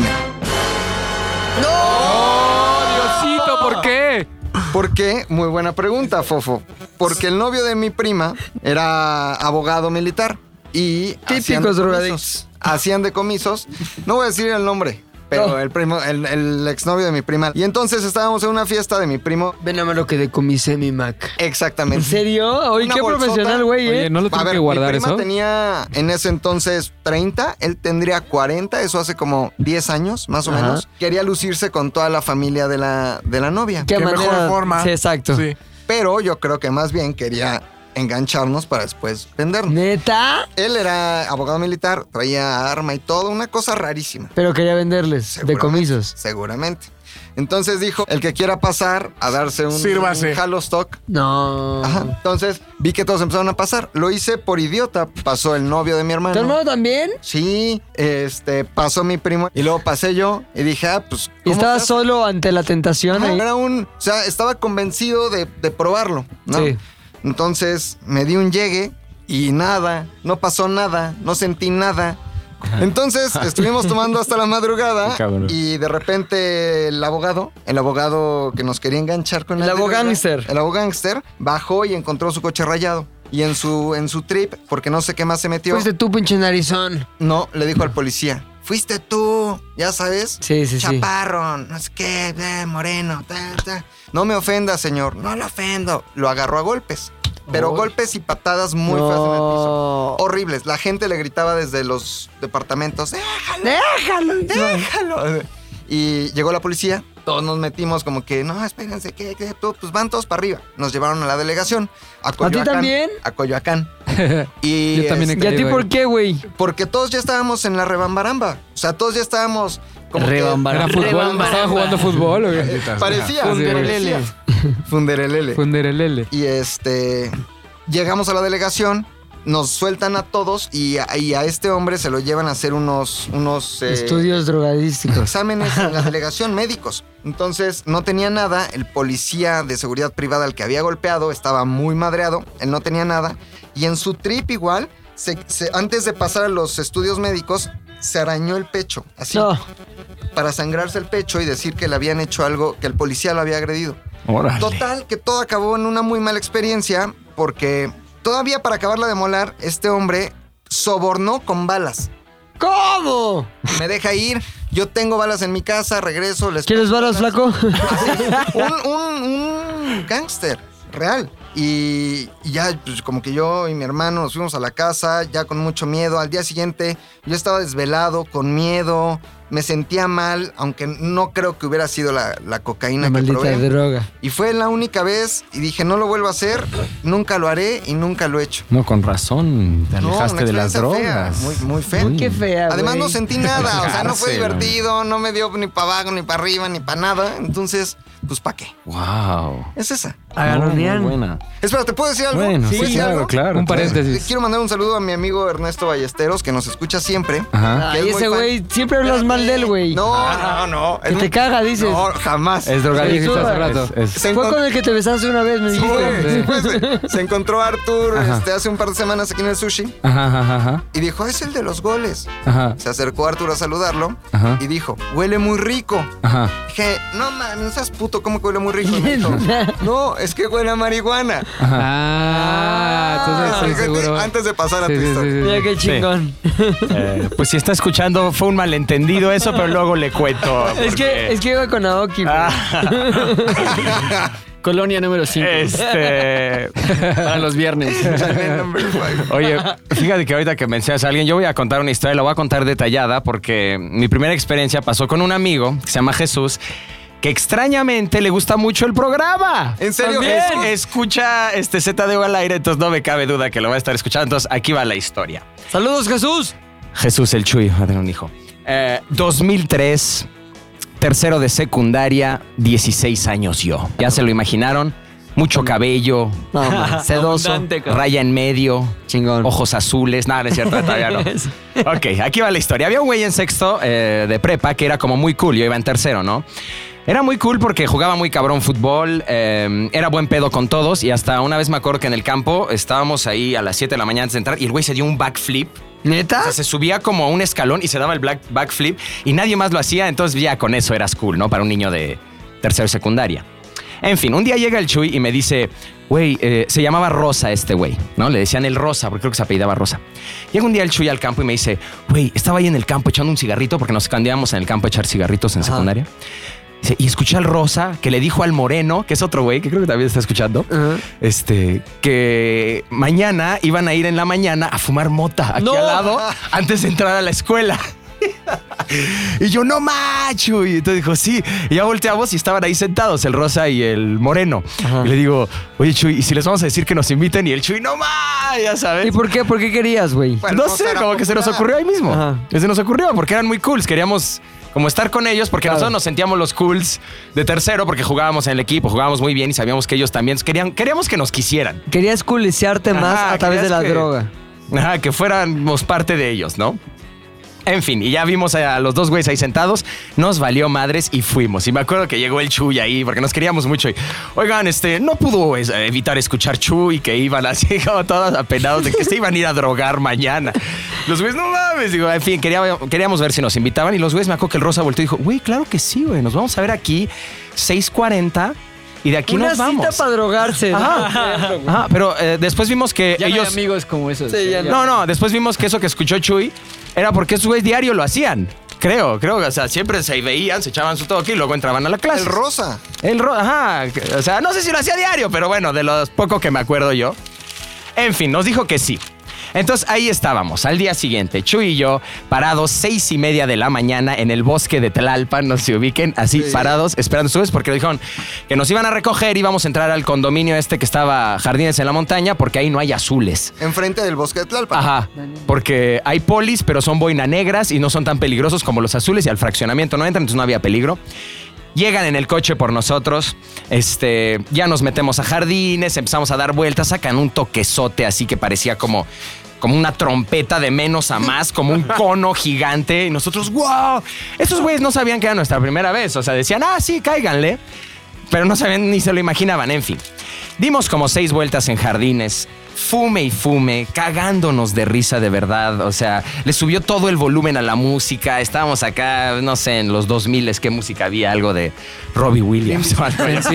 ¡Oh, Diosito! ¿Por qué? ¿Por qué? Muy buena pregunta, Fofo. Porque el novio de mi prima era abogado militar y Típicos drogadictos. hacían decomisos. No voy a decir el nombre, pero No. el exnovio de mi prima. Y entonces estábamos en una fiesta de mi primo. Ven a ver lo que decomisé mi Mac. Exactamente. ¿En serio? Oye, Una qué bolsota. profesional, güey, Oye, ¿no lo A tengo ver, que guardar mi prima eso? tenía en ese entonces 30, él tendría 40, eso hace como 10 años, más o Ajá. menos. Quería lucirse con toda la familia de la novia. ¿Qué Qué manera? mejor forma. Sí, exacto. Sí. Pero yo creo que más bien quería engancharnos para después vendernos. ¿Neta? Él era abogado militar, traía arma y todo, una cosa rarísima. Pero quería venderles Seguramente. decomisos. Seguramente. Entonces dijo, el que quiera pasar a darse un Sírvase. Halo Stock. No. Ajá. Entonces vi que todos empezaron a pasar. Lo hice por idiota. Pasó el novio de mi hermano. ¿Tu hermano también? Sí, pasó mi primo y luego pasé yo y dije, pues. ¿Y ¿cómo estabas se solo ante la tentación hace? ahí? Era o sea, estaba convencido de probarlo, ¿no? Sí. Entonces me di un llegue y nada, no pasó nada, no sentí nada. Entonces estuvimos tomando hasta la madrugada Cabrón. y de repente el abogado que nos quería enganchar con El la droga, abogánster. el abogánster bajó y encontró su coche rayado. Y en su trip, porque no sé qué más se metió, Fuiste tú, pinche narizón. no, le dijo al policía, fuiste tú, ya sabes. Sí. Chaparro, no sé qué, moreno, No me ofenda, señor. No lo ofendo. Lo agarró a golpes. Pero golpes y patadas muy feas en el piso. Horribles. La gente le gritaba desde los departamentos, déjalo. Y llegó la policía. Todos nos metimos como que, no, espérense, ¿qué? Pues van todos para arriba. Nos llevaron a la delegación. ¿A ti también? A Coyoacán. Y Yo también he ¿Y a ti caído por ahí. qué, güey? porque todos ya estábamos en la rebambaramba. O sea, todos ya estábamos como que... ¿Era fútbol? ¿Estaba jugando fútbol o qué? Parecía. Funderelele. Funderelele. Funderelele. Y llegamos a la delegación, nos sueltan a todos y a este hombre se lo llevan a hacer unos Estudios drogadísticos. exámenes en la delegación médicos. Entonces no tenía nada, el policía de seguridad privada al que había golpeado estaba muy madreado, él no tenía nada y en su trip igual, antes de pasar a los estudios médicos, se arañó el pecho, así, No. para sangrarse el pecho y decir que le habían hecho algo, que el policía lo había agredido. Órale. Total, que todo acabó en una muy mala experiencia porque todavía para acabarla de molar, este hombre sobornó con balas. ¿Cómo? Me deja ir, yo tengo balas en mi casa, regreso, les ¿Quieres balas, flaco? un gángster real. Y ya, pues como que yo y mi hermano nos fuimos a la casa, ya con mucho miedo. Al día siguiente yo estaba desvelado, con miedo, me sentía mal, aunque no creo que hubiera sido la cocaína La que maldita probé. droga. Y fue la única vez y dije, no lo vuelvo a hacer, nunca lo haré y nunca lo he hecho. No, con razón, te alejaste una de las experiencia drogas. fea, muy fea. Uy, qué fea, Además güey. no sentí nada, o sea, no fue Alejarse, divertido, no me dio ni para abajo, ni para arriba, ni para nada. Entonces, pues ¿para qué? Wow. Es esa. Aganonean. Muy buena. Espera, ¿te puedo decir algo? Bueno, ¿Puedo sí, decir claro, algo? claro. Un Le paréntesis. quiero mandar un saludo a mi amigo Ernesto Ballesteros, que nos escucha siempre. Ajá. Ay, Que es muy ese fan. güey, siempre hablas mal de él, güey. No. Que te caga, dices. No, jamás. Es drogadicto. Jesús, hace rato. Se Fue encont- con el que te besaste una vez, me dijiste. Se encontró a Arthur hace un par de semanas aquí en el sushi Ajá. y dijo, es el de los goles. Ajá. Se acercó a Arthur a saludarlo Ajá. y dijo, huele muy rico. Ajá. Dije, no man, no seas puto, ¿cómo que huele muy rico? Y me dijo, no, es que huele a marihuana. Entonces estoy Fíjate, seguro. antes de pasar a Sí, tu sí, historia. sí, sí. Mira qué chingón. Pues si está escuchando, fue un malentendido eso, pero luego le cuento. Es que iba con Aoki, güey. Colonia número 5. Para los viernes. Oye, fíjate que ahorita que mencionas a alguien, yo voy a contar una historia, la voy a contar detallada porque mi primera experiencia pasó con un amigo que se llama Jesús, que extrañamente le gusta mucho el programa. ¿En serio? También escucha ZDU al aire, entonces no me cabe duda que lo va a estar escuchando. Entonces aquí va la historia. Saludos, Jesús. Jesús el Chuy va a tener un hijo. 2003, tercero de secundaria, 16 años yo. Ya se lo imaginaron. Mucho cabello, No, man, sedoso. Abundante, cabrón. raya en medio, Chingón. ojos azules. Nada, no es cierto, todavía no. Ok, aquí va la historia. Había un güey en sexto de prepa que era como muy cool. Yo iba en tercero, ¿no? Era muy cool porque jugaba muy cabrón fútbol, era buen pedo con todos y hasta una vez me acuerdo que en el campo estábamos ahí a las 7 de la mañana antes de entrar y el güey se dio un backflip. ¿Neta? O sea, se subía como a un escalón y se daba el backflip y nadie más lo hacía, entonces ya con eso eras cool, ¿no? Para un niño de tercero y secundaria. En fin, un día llega el Chuy y me dice, güey, se llamaba Rosa este güey, ¿no? Le decían el Rosa, porque creo que se apellidaba Rosa. Llega un día el Chuy al campo y me dice, güey, estaba ahí en el campo echando un cigarrito, porque nos cambiábamos en el campo a echar cigarritos en secundaria. Dice, y escuché al Rosa que le dijo al Moreno, que es otro güey, que creo que también está escuchando, que mañana iban a ir en la mañana a fumar mota aquí ¡No! al lado antes de entrar a la escuela. Y yo, no macho. Y entonces dijo, sí. Y ya volteamos y estaban ahí sentados el Rosa y el Moreno. Y le digo, oye, Chuy, ¿y si les vamos a decir que nos inviten? Y el Chuy, no macho, ya sabes. ¿Y por qué? ¿Por qué querías, güey? Bueno, No sé, era como que se nos popular. ocurrió ahí mismo. Ajá. Se nos ocurrió porque eran muy cools. Queríamos como estar con ellos porque Claro. nosotros nos sentíamos los cools de tercero porque jugábamos en el equipo, jugábamos muy bien y sabíamos que ellos también queríamos que nos quisieran. Querías culisearte más Ajá, a través de la querías que- droga. Ajá, que fuéramos parte de ellos, ¿no? En fin, y ya vimos a los dos güeyes ahí sentados, nos valió madres y fuimos. Y me acuerdo que llegó el Chuy ahí porque nos queríamos mucho. Y, oigan, no pudo evitar escuchar Chuy, que iban así como todos apenados de que se iban a ir a drogar mañana. Los güeyes, no mames. Digo, en fin, queríamos ver si nos invitaban. Y los güeyes, me acuerdo que el Rosa volteó y dijo, güey, claro que sí, güey, nos vamos a ver aquí 6:40 y de aquí Una nos vamos. cita para drogarse. Ajá, pero después vimos que Ya no hay ellos... amigos como esos. Sí, ya no. No, después vimos que eso que escuchó Chuy era porque esos güeyes diario lo hacían. Creo, o sea, siempre se veían, se echaban su toque y luego entraban a la clase. El rosa. Ajá, o sea, no sé si lo hacía diario, pero bueno, de los poco que me acuerdo yo. En fin, nos dijo que sí. Entonces ahí estábamos, al día siguiente, Chuy y yo, parados 6:30 de la mañana en el bosque de Tlalpan, no se ubiquen, así parados, esperando su vez, porque dijeron que nos iban a recoger y íbamos a entrar al condominio que estaba Jardines en la Montaña, porque ahí no hay azules. Enfrente del bosque de Tlalpan. Ajá, porque hay polis, pero son boina negras y no son tan peligrosos como los azules y al fraccionamiento no entran, entonces no había peligro. Llegan en el coche por nosotros, ya nos metemos a Jardines, empezamos a dar vueltas, sacan un toquezote así que parecía como una trompeta de menos a más, como un cono gigante. Y nosotros, wow, esos güeyes no sabían que era nuestra primera vez, o sea, decían, sí, cáiganle, pero no sabían ni se lo imaginaban, en fin. Dimos como 6 vueltas en Jardines, fume y fume, cagándonos de risa de verdad. O sea, le subió todo el volumen a la música. Estábamos acá, no sé, en los 2000, ¿qué música había? Algo de Robbie Williams o algo así.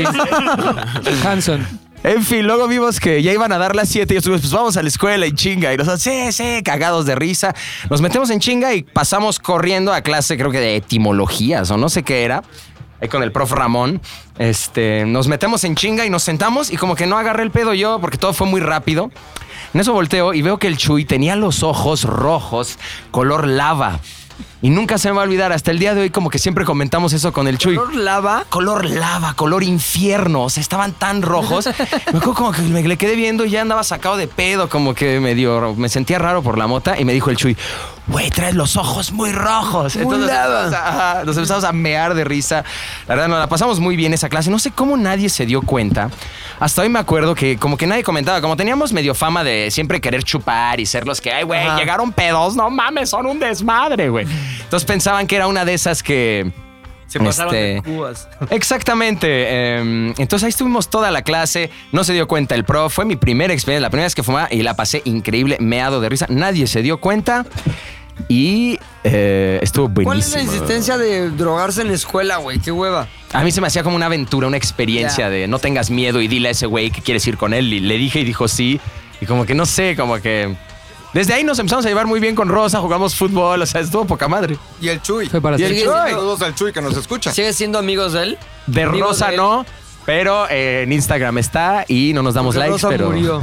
Hanson. En fin, luego vimos que ya iban a dar las 7 y estuvimos, pues vamos a la escuela en chinga. Y nosotros, sí, cagados de risa. Nos metemos en chinga y pasamos corriendo a clase, creo que de etimologías o no sé qué era. ahí con el prof Ramón. Nos metemos en chinga y nos sentamos y como que no agarré el pedo yo porque todo fue muy rápido. En eso volteo y veo que el Chuy tenía los ojos rojos, color lava. Y nunca se me va a olvidar, hasta el día de hoy como que siempre comentamos eso con el Chuy. ¿Color lava? Color lava, color infierno. O sea, estaban tan rojos. Me acuerdo como que me le quedé viendo y ya andaba sacado de pedo, como que me sentía raro por la mota. Y me dijo el Chuy, güey, traes los ojos muy rojos. Entonces nos empezamos a mear de risa. La verdad, nos la pasamos muy bien esa clase. No sé cómo nadie se dio cuenta. Hasta hoy me acuerdo que como que nadie comentaba. Como teníamos medio fama de siempre querer chupar y ser los que, ay, güey, llegaron pedos. No mames, son un desmadre, güey. Entonces pensaban que era una de esas que... Se pasaron de cubas. Exactamente. Entonces ahí estuvimos toda la clase. No se dio cuenta el prof. Fue mi primera experiencia, la primera vez que fumaba y la pasé increíble, meado de risa. Nadie se dio cuenta y estuvo buenísimo. ¿Cuál es la insistencia de drogarse en la escuela, güey? Qué hueva. A mí se me hacía como una aventura, una experiencia de no tengas miedo y dile a ese güey que quieres ir con él. Y le dije y dijo sí. Y como que no sé, como que... Desde ahí nos empezamos a llevar muy bien con Rosa, jugamos fútbol, o sea, estuvo poca madre. Y el Chuy. Fue para Y el hacer. Chuy. Saludos al Chuy que nos escucha. ¿Sigues siendo amigos de él? De Amigos Rosa de él. no, pero en Instagram está y no nos damos Porque likes, Rosa pero... murió.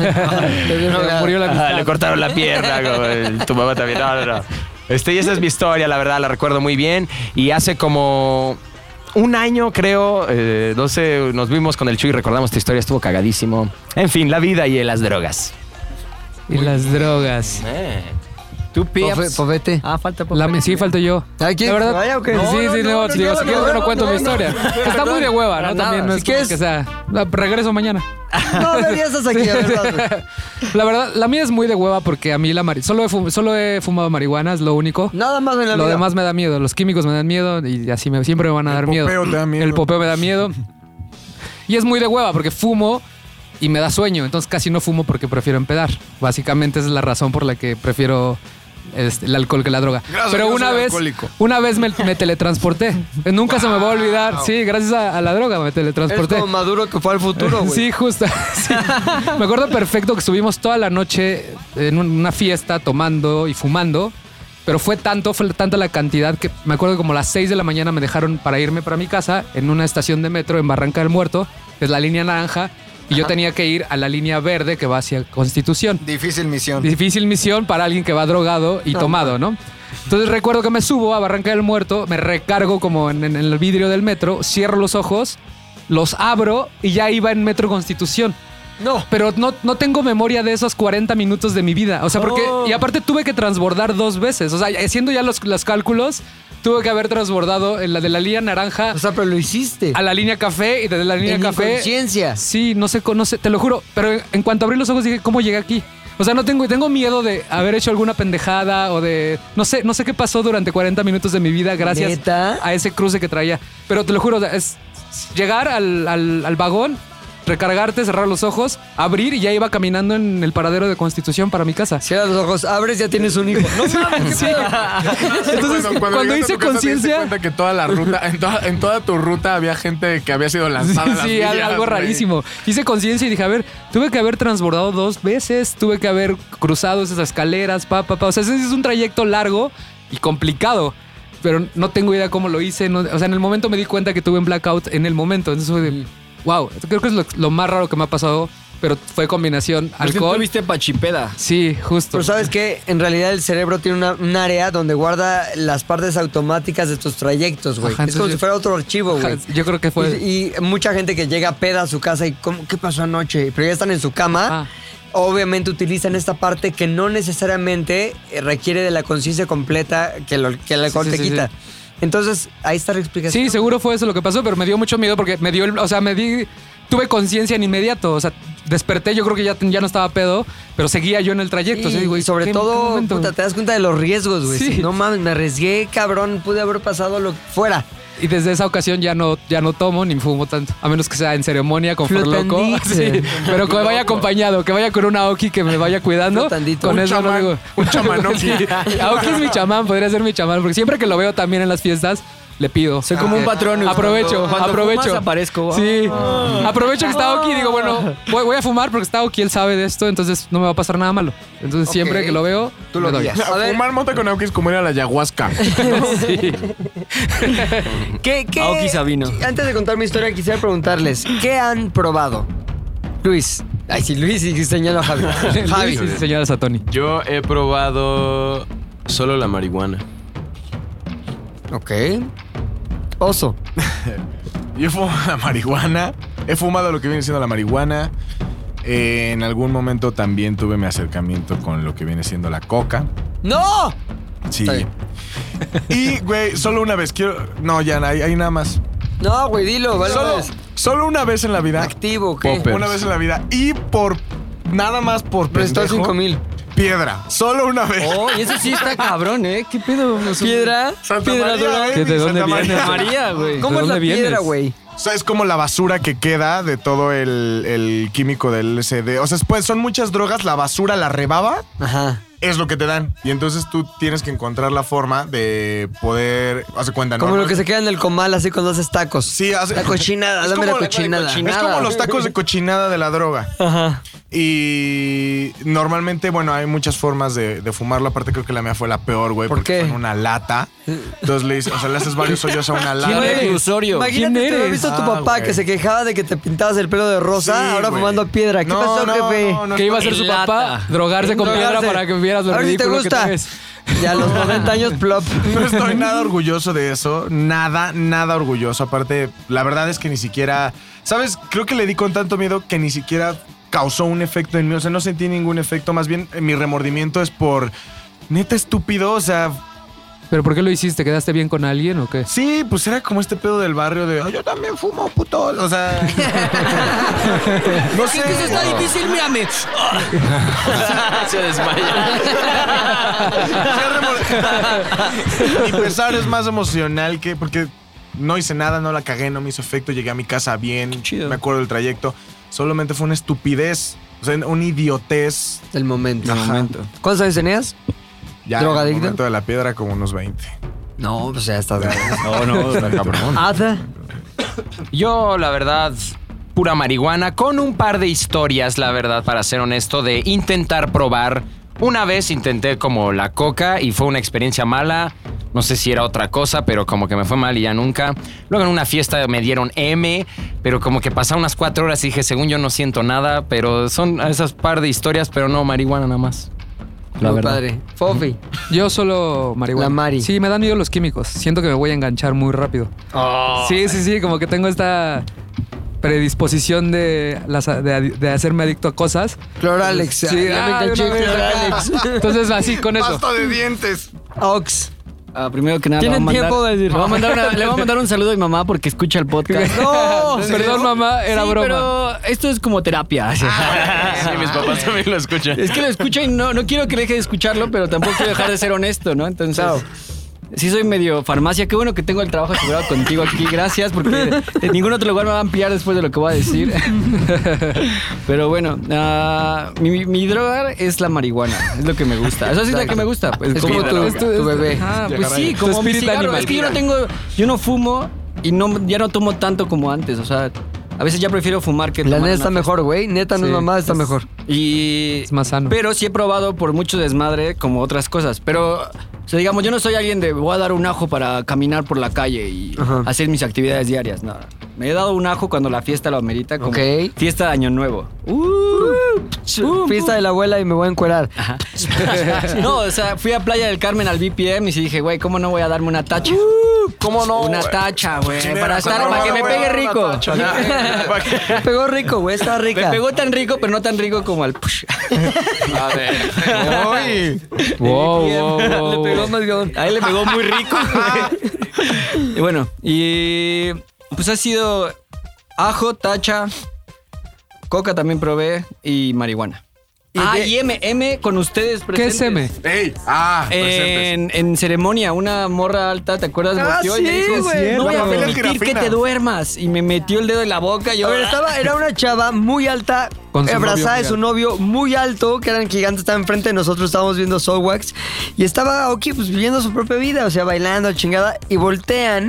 Murió la amistad. le cortaron la pierna, como tu mamá también. No. Y esa es mi historia, la verdad, la recuerdo muy bien. Y hace como... un año, creo, no sé, nos vimos con el Chuy y recordamos esta historia, estuvo cagadísimo. En fin, la vida y las drogas. Y las drogas. ¿Tú, Pips? Povete. Falta Povete. Sí, falto yo. ¿Ay, quieres La verdad, que vaya o qué? sí, digo, si quieres yo cuento mi historia. Está muy de hueva, ¿no? También no es como que sea... Regreso mañana. No, ya estás aquí, a ver. La verdad, la mía es muy de hueva porque a mí solo he fumado marihuana, es lo único. Nada más en la vida. Lo demás me da miedo. Los químicos me dan miedo y así siempre me van a dar miedo. popeo te da miedo. El popeo me da miedo. Y es muy de hueva porque fumo y me da sueño. Entonces casi no fumo porque prefiero empedar. Básicamente esa es la razón por la que prefiero el alcohol que la droga. Gracias, Pero yo soy una vez me teletransporté. Nunca se me va a olvidar. Sí, gracias a la droga me Es teletransporté. como Maduro que fue al futuro, güey. Sí, justo. Sí. Me acuerdo perfecto que estuvimos toda la noche en una fiesta tomando y fumando. Pero fue tanta la cantidad que me acuerdo que como a las 6 de la mañana me dejaron para irme para mi casa en una estación de metro en Barranca del Muerto, que es la línea naranja, y yo tenía que ir a la línea verde que va hacia Constitución. Difícil misión. Difícil misión para alguien que va drogado y tomado, ¿no? Entonces recuerdo que me subo a Barranca del Muerto, me recargo como en el vidrio del metro, cierro los ojos, los abro y ya iba en Metro Constitución. No. Pero no tengo memoria de esos 40 minutos de mi vida. O sea, porque... Y aparte tuve que transbordar 2 veces. O sea, haciendo ya los cálculos, tuve que haber transbordado en la de la línea naranja O sea, pero lo hiciste. a la línea café y desde la línea En café... inconsciencia. Sí, no sé, te lo juro. Pero en cuanto abrí los ojos dije, ¿cómo llegué aquí? O sea, tengo miedo de haber hecho alguna pendejada o de... No sé qué pasó durante 40 minutos de mi vida gracias ¿Neta? a ese cruce que traía. Pero te lo juro, es llegar al vagón, recargarte, cerrar los ojos, abrir y ya iba caminando en el paradero de Constitución para mi casa. Cierra los ojos, abres, ya tienes un hijo. No mames, Sí. Entonces, cuando llegaste a hice tu casa, te diste conciencia... cuenta que toda la ruta, en toda tu ruta había gente que había sido lanzada. a las Sí, vías, algo güey. rarísimo. Hice conciencia y dije, a ver, tuve que haber transbordado 2 veces, tuve que haber cruzado esas escaleras, O sea, ese es un trayecto largo y complicado. Pero no tengo idea cómo lo hice. O sea, en el momento me di cuenta que tuve un blackout en el momento. Entonces fue de, wow, creo que es lo más raro que me ha pasado. Pero fue combinación alcohol. ¿Tuviste pachipeda? Sí, justo. Pero ¿sabes qué? En realidad el cerebro tiene un área donde guarda las partes automáticas de tus trayectos, güey. Ajá, Es como entonces si fuera otro archivo, güey. Yo creo que fue... Y mucha gente que llega peda a su casa y ¿qué pasó anoche? Pero ya están en su cama. Obviamente utilizan esta parte que no necesariamente requiere de la conciencia completa que el alcohol te quita. Sí. Entonces, ahí está la explicación. Sí, seguro fue eso lo que pasó, pero me dio mucho miedo porque tuve conciencia en inmediato. O sea, desperté, yo creo que ya no estaba pedo, pero seguía yo en el trayecto. Sí, O sea, digo, y sobre ¿qué todo, momento? puta, te das cuenta de los riesgos, güey. Sí. No mames, me arriesgué, cabrón, pude haber pasado lo que fuera. Y desde esa ocasión ya no tomo ni fumo tanto. A menos que sea en ceremonia con Forloco. Flotandito. Sí, pero que vaya acompañado, que vaya con una Aoki que me vaya cuidando. Flotandito. Con Un eso chamán, un chamanoki. Sí. Aoki es mi chamán, podría ser mi chamán. Porque siempre que lo veo también en las fiestas, le pido. Soy como un patrón. Aprovecho. Cuando fumas, aparezco. Sí. Aprovecho que está Oki y digo, bueno, voy a fumar porque está Oki, él sabe de esto, entonces no me va a pasar nada malo. Entonces siempre que lo veo, Tú lo le doy. guías. A fumar mota con Aoki es como ir a la ayahuasca. ¿Qué? Aoki Sabino. Antes de contar mi historia, quisiera preguntarles, ¿qué han probado? Luis. Ay, sí, Luis y señalo a Javi. Javi. Sí, señoras a Tony. Yo he probado solo la marihuana. Ok. Oso. Yo he fumado la marihuana. He fumado lo que viene siendo la marihuana. En algún momento también tuve mi acercamiento con lo que viene siendo la coca. ¡No! Sí. Está bien. Y, güey, solo una vez quiero... No, ya, hay nada más. No, güey, dilo, ¿vale? Solo una vez en la vida. Activo, ¿qué? Popper. Una vez en la vida. Y por... Nada más por Prestó pendejo, 5,000. Piedra. Solo una vez. Oh, y eso sí está cabrón, ¿eh? ¿Qué pedo? ¿Piedra? Santa ¿Piedra María, dura? baby, ¿De dónde Santa viene? María. María, güey. ¿Cómo ¿De es la dónde piedra, vienes? güey? O sea, es como la basura que queda de todo el químico del LSD. O sea, pues son muchas drogas, la basura, la rebaba, Ajá. es lo que te dan. Y entonces tú tienes que encontrar la forma de poder... Hace cuenta, ¿no? Como lo que se queda en el comal así cuando haces tacos. Sí, hace... La cochinada, Es dame como la cochinada. Es como los tacos de cochinada de la droga. Ajá. Y normalmente, bueno, hay muchas formas de fumarlo. Aparte, creo que la mía fue la peor, güey. ¿Por porque qué? fue en una lata. Entonces le haces varios hoyos a una lata. ¿Quién eres? Reclusorio. Imagínate, ¿Quién te lo eres? visto tu Ah, papá güey. que se quejaba de que te pintabas el pelo de rosa, Sí, ahora güey. fumando piedra. ¿Qué No, pasó, no, jefe? no, no. ¿Qué iba a hacer su En papá? lata. Drogarse con piedra Drogarse. para que vieras lo A ver si te ridículo que gusta. te ves. Y a los 90 años, plop. No estoy nada orgulloso de eso. Nada orgulloso. Aparte, la verdad es que ni siquiera... ¿Sabes? Creo que le di con tanto miedo que ni siquiera causó un efecto en mí. O sea, no sentí ningún efecto. Más bien, mi remordimiento es por... Neta estúpido, o sea... ¿Pero por qué lo hiciste? ¿Quedaste bien con alguien o qué? Sí, pues era como este pedo del barrio de... "Ay, yo también fumo, puto". O sea... no sé. Eso está difícil, mírame. Se desmaya. Mi pesar es más emocional que... Porque no hice nada, no la cagué, no me hizo efecto. Llegué a mi casa bien. chido. Me acuerdo del trayecto. Solamente fue una estupidez. O sea, una idiotez. Del momento. Ajá. ¿Cuántos años tenías? Ya en el ¿Drogadicto? momento de la piedra como unos 20. No, pues ya estás. No, está cabrón. Ada. Yo, la verdad, pura marihuana, con un par de historias, la verdad, para ser honesto, de intentar probar. Una vez intenté como la coca y fue una experiencia mala. No sé si era otra cosa, pero como que me fue mal y ya nunca. Luego en una fiesta me dieron M, pero como que pasaron unas 4 horas y dije, según yo no siento nada, pero son esas par de historias, pero no marihuana nada más. La Muy verdad. padre. Fofi. Yo solo marihuana. La Mari. Sí, me dan miedo los químicos. Siento que me voy a enganchar muy rápido. Sí, como que tengo esta predisposición de hacerme adicto a cosas. Cloralex. Sí, ya me enganché de una vez. Cloralex. Entonces, así, con eso. Pasta de dientes. Ox. Primero que nada, ¿Tienen tiempo de decir? le voy a mandar un saludo a mi mamá porque escucha el podcast. No, Perdón, mamá, era Sí, broma. pero esto es como terapia. Sí, mis papás también lo escuchan. Es que lo escucha y no quiero que deje de escucharlo, pero tampoco quiero dejar de ser honesto, ¿no? Entonces, sí soy medio farmacia. Qué bueno que tengo el trabajo asegurado contigo aquí. Gracias, porque en ningún otro lugar me van a pillar después de lo que voy a decir. Pero bueno, mi droga es la marihuana. Es lo que me gusta. Eso sí es lo que me gusta. Pues, Es como tu bebé. Pues sí, como mi spirit cigarro. animal. Es que yo no fumo y ya no tomo tanto como antes. O sea, a veces ya prefiero fumar que La tomar neta una está fiesta. mejor, güey. Neta no es Sí, mamá, está mejor. Y Es más sano. Pero sí he probado por mucho desmadre como otras cosas. Pero, o sea, digamos, yo no soy alguien de voy a dar un ajo para caminar por la calle y Ajá. hacer mis actividades diarias. No. Me he dado un ajo cuando la fiesta lo amerita, como Ok. fiesta de Año Nuevo. Fiesta de la abuela y me voy a encuerar. No, o sea, fui a Playa del Carmen al BPM y sí dije, güey, ¿cómo no voy a darme una tacha? ¿Cómo no? Una güey? tacha, güey, Chinera, para ¿cómo que no, me güey? pegue Una rico. tacha, ¿no? Pegó rico, güey. Está Me rica. pegó tan rico, pero no tan rico como al push. A ver. Uy. Wow, Le pegó más bien. Ahí le pegó muy rico, güey. Y bueno, y pues ha sido ajo, tacha, coca también probé y marihuana. Y M con ustedes ¿Qué es presentes. M? ¡Ey! Presentes. En ceremonia, una morra alta, ¿te acuerdas? Volteó y me sí, dijo, güey. no voy a La familia permitir que Girafina. te duermas. Y me metió el dedo en la boca. Y yo, A ver, era una chava muy alta, Con su abrazada de novio su novio, muy alto, que eran gigantes, estaba enfrente de nosotros, estábamos viendo Soulwax, y estaba Aoki pues viviendo su propia vida, o sea, bailando, chingada, y voltean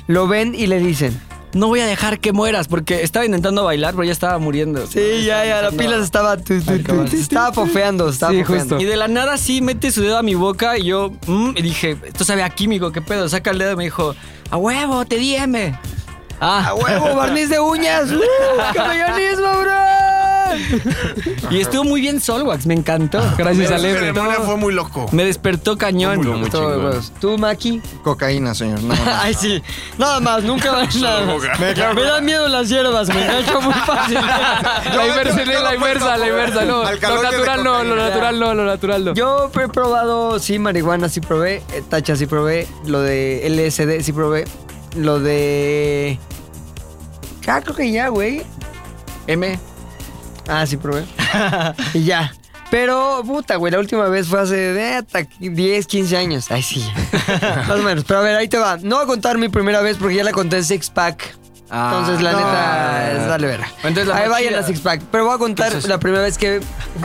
lo ven y le dicen... No voy a dejar que mueras, porque estaba intentando bailar, pero ya estaba muriendo. Sí, ya, la pila se estaba... Estaba pofeando, Sí, justo. Y de la nada sí mete su dedo a mi boca y yo... y dije, esto sabe a químico, ¿qué pedo? Saca el dedo y me dijo, ¡a huevo, te di M! ¡A huevo, barniz de uñas! ¡Caballonismo, bro! Y estuvo muy bien Solwax, me encantó. Gracias La al M. ceremonia fue muy loco. Me despertó cañón. Muy chingón. Todo, huevos. ¿Tú, Maki? Cocaína, señor. Nada más. Ay, sí. Nada más, nunca más nada más. Me dan miedo las hierbas, me engancho muy fácil. La inversa. No, Al calor lo natural de no, cocaína. lo natural no. Yo he probado, sí, marihuana sí probé, tacha sí probé, lo de LSD sí probé, lo de... creo que ya, güey. M. Sí probé. Y ya. Pero, puta, güey, la última vez fue hace 10, 15 años. Ay, sí. Más o menos. Pero a ver, ahí te va. No voy a contar mi primera vez porque ya la conté en Six Pack. Entonces, la neta, es dale verga. Entonces, la Ahí más vayan chida. a Six Pack. Pero voy a contar la primera vez que...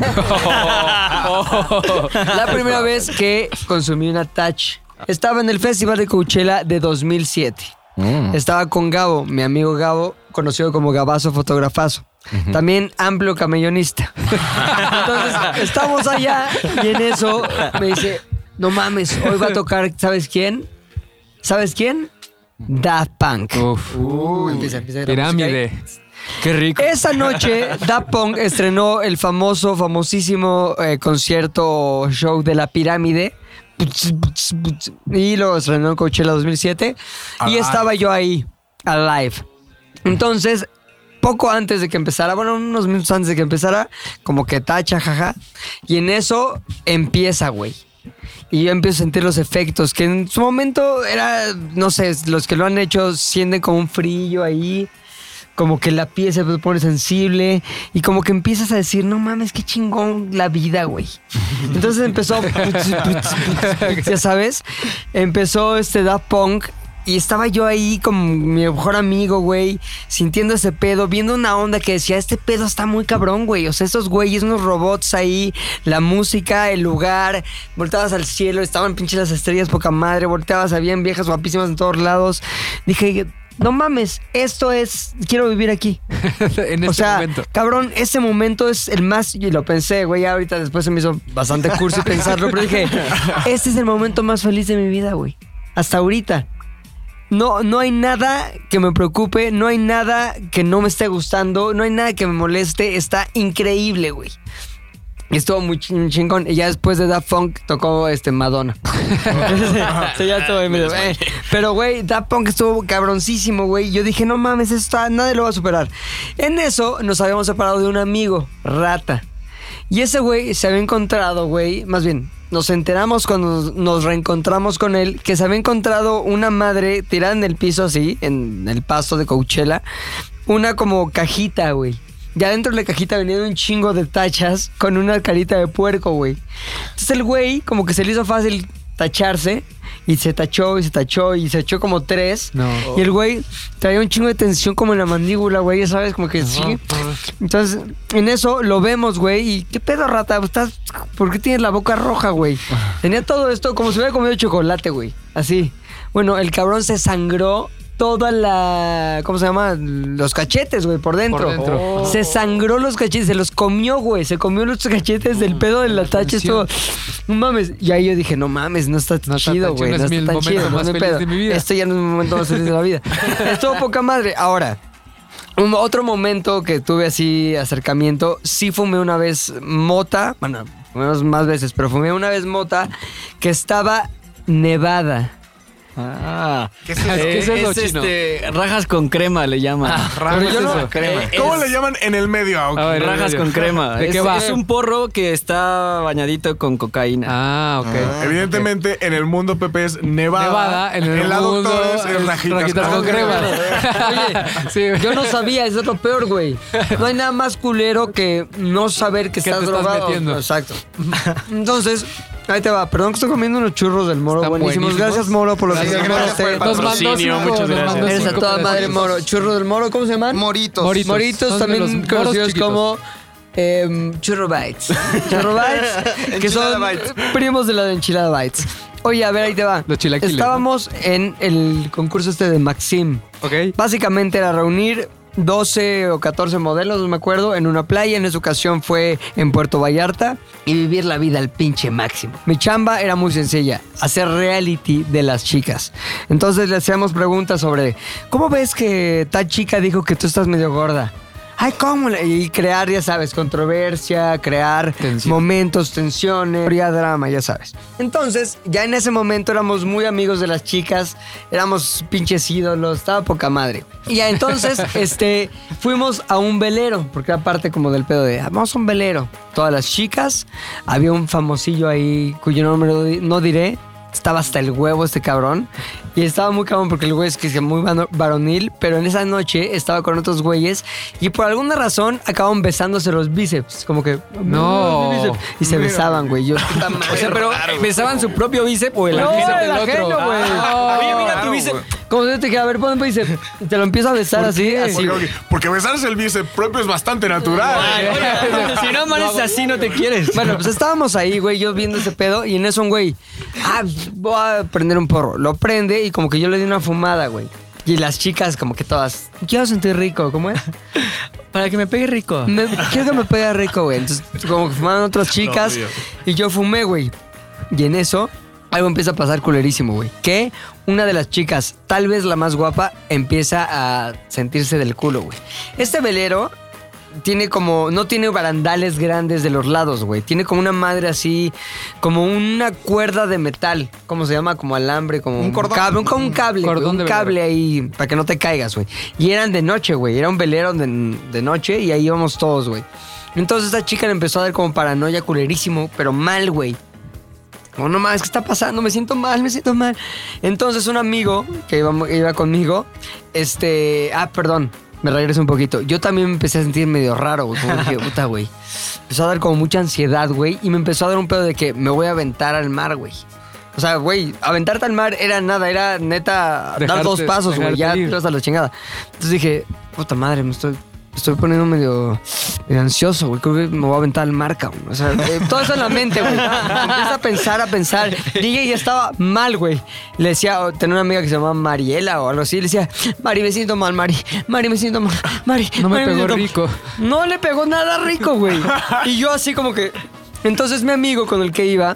La primera vez que consumí una touch. Estaba en el Festival de Coachella de 2007. Estaba con Gabo, mi amigo Gabo, conocido como Gabazo Fotografazo. También amplio camellonista. Entonces, estamos allá y en eso me dice, no mames, hoy va a tocar, ¿sabes quién? ¿Sabes quién? Daft Punk. Empieza la música ahí. Pirámide. Qué rico. Esa noche, Daft Punk estrenó el famosísimo concierto show de la Pirámide. Y lo estrenó en Coachella 2007. Y estaba yo ahí, alive. Entonces, poco antes de que empezara, bueno, unos minutos antes de que empezara, como que tacha, jaja. Y en eso empieza, güey. Y yo empiezo a sentir los efectos, que en su momento era, no sé, los que lo han hecho sienten como un frío ahí. Como que la piel se pone sensible y como que empiezas a decir, no mames, qué chingón la vida, güey. Entonces empezó, ya sabes, empezó Daft Punk y estaba yo ahí con mi mejor amigo, güey, sintiendo ese pedo, viendo una onda que decía, este pedo está muy cabrón, güey. O sea, estos güeyes, unos robots ahí, la música, el lugar, volteabas al cielo, estaban pinches las estrellas, poca madre, volteabas, habían viejas guapísimas en todos lados. Dije, no mames, esto es... Quiero vivir aquí. En O este sea, momento. cabrón, ese momento es el más... Y lo pensé, güey, ahorita después se me hizo bastante cursi pensarlo, pero dije, este es el momento más feliz de mi vida, güey. Hasta ahorita. No hay nada que me preocupe, no hay nada que no me esté gustando, no hay nada que me moleste. Está increíble, güey. Y estuvo muy chingón. Y ya después de Daft Punk tocó Madonna. Sí, ya estuvo ahí medio, Pero, güey, Daft Punk estuvo cabroncísimo, güey. Yo dije, no mames, nadie lo va a superar. En eso nos habíamos separado de un amigo, Rata. Y ese güey se había encontrado, güey, más bien, nos enteramos cuando nos reencontramos con él, que se había encontrado una madre tirada en el piso así, en el pasto de Coachella. Una como cajita, güey. Ya dentro de la cajita venían un chingo de tachas con una carita de puerco, güey. Entonces el güey como que se le hizo fácil tacharse y se tachó y se tachó y se echó como 3. No. Y el güey traía un chingo de tensión como en la mandíbula, güey, ya sabes, como que sí. Entonces en eso lo vemos, güey, y ¿qué pedo, Rata? ¿Por qué tienes la boca roja, güey? Tenía todo esto como si hubiera comido chocolate, güey, así. Bueno, el cabrón se sangró toda la... ¿Cómo se llama? Los cachetes, güey, por dentro. Por dentro. Se sangró los cachetes, se los comió, güey. Se comió los cachetes del pedo de la tacha. Esto... No mames. Y ahí yo dije, no mames, no está chido, güey. No está tan chido. Más No hay feliz pedo. de mi vida. Esto ya no es mi momento más feliz de la vida. Estuvo poca madre. Ahora, otro momento que tuve así acercamiento, sí fumé una vez mota. Bueno, fumé más veces, pero fumé una vez mota que estaba nevada. ¿Qué es ¿Qué es eso, chino? rajas con crema le llaman. Pero yo no- ¿Cómo le llaman en el medio, Aoki? A ver, Rajas con crema. ¿De qué va? Es un porro que está bañadito con cocaína. Ah, ok. Evidentemente, en el mundo Pepe es nevada. Nevada, en el la mundo doctora es es rajitas con crema. Sí. Yo no sabía, es lo peor, güey. No hay nada más culero que no saber que ¿Qué estás te estás drogado. metiendo? Exacto. Entonces, ahí te va. Perdón que estoy comiendo unos churros del Moro. Están Buenísimos. buenísimos. Gracias, Moro, por lo que Gracias, hiciste. gracias por el patrocinio, muchas gracias. Eres a toda madre, Moro. Churro del Moro, ¿cómo se llaman? Moritos. Moritos, Son de también los moros conocidos chiquitos. como Churro Bites. Churro Bites, que son Enchilada Bites. primos de la de Enchilada Bites. Oye, a ver, ahí te va. Los chilaquiles, Estábamos en el concurso este de Maxim. Ok. Básicamente era reunir 12 o 14 modelos, no me acuerdo, en una playa. En esa ocasión fue en Puerto Vallarta y vivir la vida al pinche máximo. Mi chamba era muy sencilla, hacer reality de las chicas. Entonces le hacíamos preguntas sobre, ¿cómo ves que tal chica dijo que tú estás medio gorda? Ay, ¿cómo? Y crear, ya sabes, controversia, crear momentos, tensiones, drama, ya sabes. Entonces, ya en ese momento éramos muy amigos de las chicas, éramos pinches ídolos, estaba poca madre. Y ya entonces, fuimos a un velero, porque era parte como del pedo de, vamos a un velero. Todas las chicas, había un famosillo ahí, cuyo nombre no diré, estaba hasta el huevo este cabrón. Y estaba muy cabrón porque el güey es que es muy varonil. Pero en esa noche estaba con otros güeyes. Y por alguna razón acaban besándose los bíceps. Como que... No. bíceps. Y se besaban, güey. Yo, puta madre. O sea, pero ¿besaban su propio bíceps o el No, bíceps el del otro? ajeno, güey. Oye, mira tu bíceps. Como si te dije, a ver, pon bíceps. Y te lo empiezo a besar así. Porque besarse el bíceps propio es bastante natural. Si no amaneces así, no te quieres. Bueno, pues estábamos ahí, güey, yo viendo ese pedo. Y en eso un güey, voy a prender un porro. Lo prende y como que yo le di una fumada, güey. Y las chicas como que todas, quiero sentir rico, ¿cómo es? Para que me pegue rico. Quiero que me pegue rico, güey. Entonces como que fumaban otras chicas y yo fumé, güey. Y en eso algo empieza a pasar culerísimo, güey. Que una de las chicas, tal vez la más guapa, empieza a sentirse del culo, güey. Este velero tiene como, no tiene barandales grandes de los lados, güey. Tiene como una madre así, como una cuerda de metal. ¿Cómo se llama? Como alambre, como Un cordón. cable, como un cable, güey, Cordón de un velero. cable ahí para que no te caigas, güey. Y eran de noche, güey. Era un velero de noche y ahí íbamos todos, güey. Entonces esta chica le empezó a dar como paranoia culerísimo, pero mal, güey. Como, no mames, ¿qué está pasando? Me siento mal. Entonces un amigo que iba conmigo, perdón. Me regreso un poquito. Yo también me empecé a sentir medio raro, güey. Como dije, puta, güey. Empezó a dar como mucha ansiedad, güey. Y me empezó a dar un pedo de que me voy a aventar al mar, güey. O sea, güey, aventarte al mar era nada. Era neta dar 2 pasos, güey. Ya ir. te vas a la chingada. Entonces dije, puta madre, me estoy poniendo medio ansioso, güey. Creo que me voy a aventar al mar, cabrón. O sea, todo eso en la mente, güey. Empieza a pensar. Dije, ya estaba mal, güey. Le decía, tenía una amiga que se llamaba Mariela o algo así. Le decía, Mari, me siento mal, Mari, me siento mal. Mari, No me Mari, pegó siento rico. mal". No le pegó nada rico, güey. Y yo así como que... Entonces mi amigo con el que iba,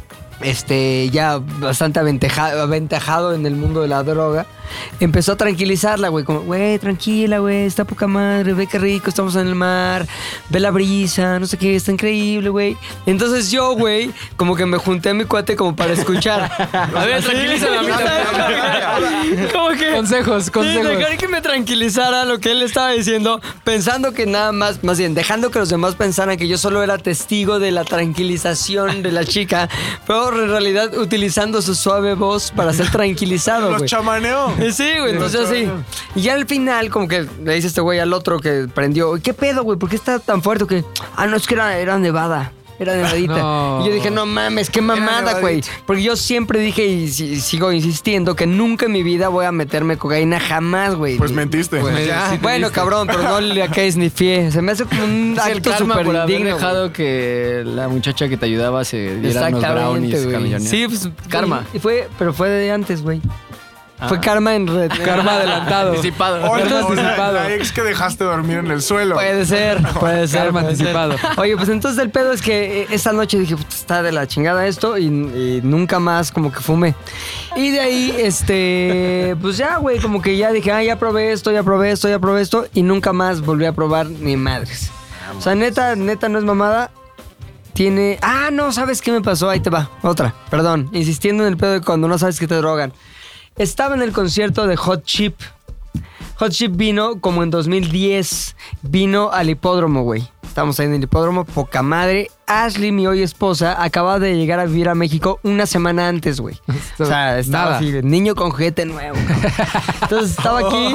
ya bastante aventajado en el mundo de la droga, empezó a tranquilizarla, güey. Como, güey, tranquila, güey, está poca madre, ve qué rico, estamos en el mar, ve la brisa, no sé qué, está increíble, güey. Entonces yo, güey, como que me junté a mi cuate como para escuchar. A ver, tranquilízame a mí también. Como que... Consejos. Sí, dejar que me tranquilizara lo que él estaba diciendo, pensando que nada más bien, dejando que los demás pensaran que yo solo era testigo de la tranquilización de la chica, pero en realidad utilizando su suave voz para ser tranquilizado, Los güey. chamaneó. Sí, güey, entonces así. Y ya al final, como que le dice este güey al otro que prendió, ¿qué pedo, güey? ¿Por qué está tan fuerte? Que, no, es que era nevada. Era nevadita. No. Y yo dije, no mames, qué mamada, güey. Porque yo siempre dije y sigo insistiendo que nunca en mi vida voy a meterme cocaína, jamás, güey. Pues mentiste. Pues, Ya, sí te bueno, diste. cabrón, pero no le caes ni fie. Se me hace como un Es el acto karma súper por haber indigno. dejado que la muchacha que te ayudaba se diera unos brownies Exactamente, güey. camellones. Sí, pues Karma. Pero fue de antes, güey. Fue karma en red. Karma adelantado. Anticipado. O Karma la anticipado. la ex que dejaste dormir en el suelo. Puede ser. Karma puede ser. anticipado. Oye, pues entonces el pedo es que esa noche dije, puta, está de la chingada esto y nunca más como que fumé. Y de ahí, pues ya, güey, como que ya dije, ya probé esto y nunca más volví a probar ni madres. O sea, neta no es mamada. Tiene... no, ¿sabes qué me pasó? Ahí te va. Otra, perdón. Insistiendo en el pedo de cuando no sabes que te drogan. Estaba en el concierto de Hot Chip. Hot Chip vino como en 2010. Vino al hipódromo, güey. Estábamos ahí en el hipódromo, poca madre. Ashley, mi hoy esposa, acaba de llegar a vivir a México una semana antes, güey. O sea, estaba Nada. así, niño con juguete nuevo. Cabrón. Entonces estaba aquí.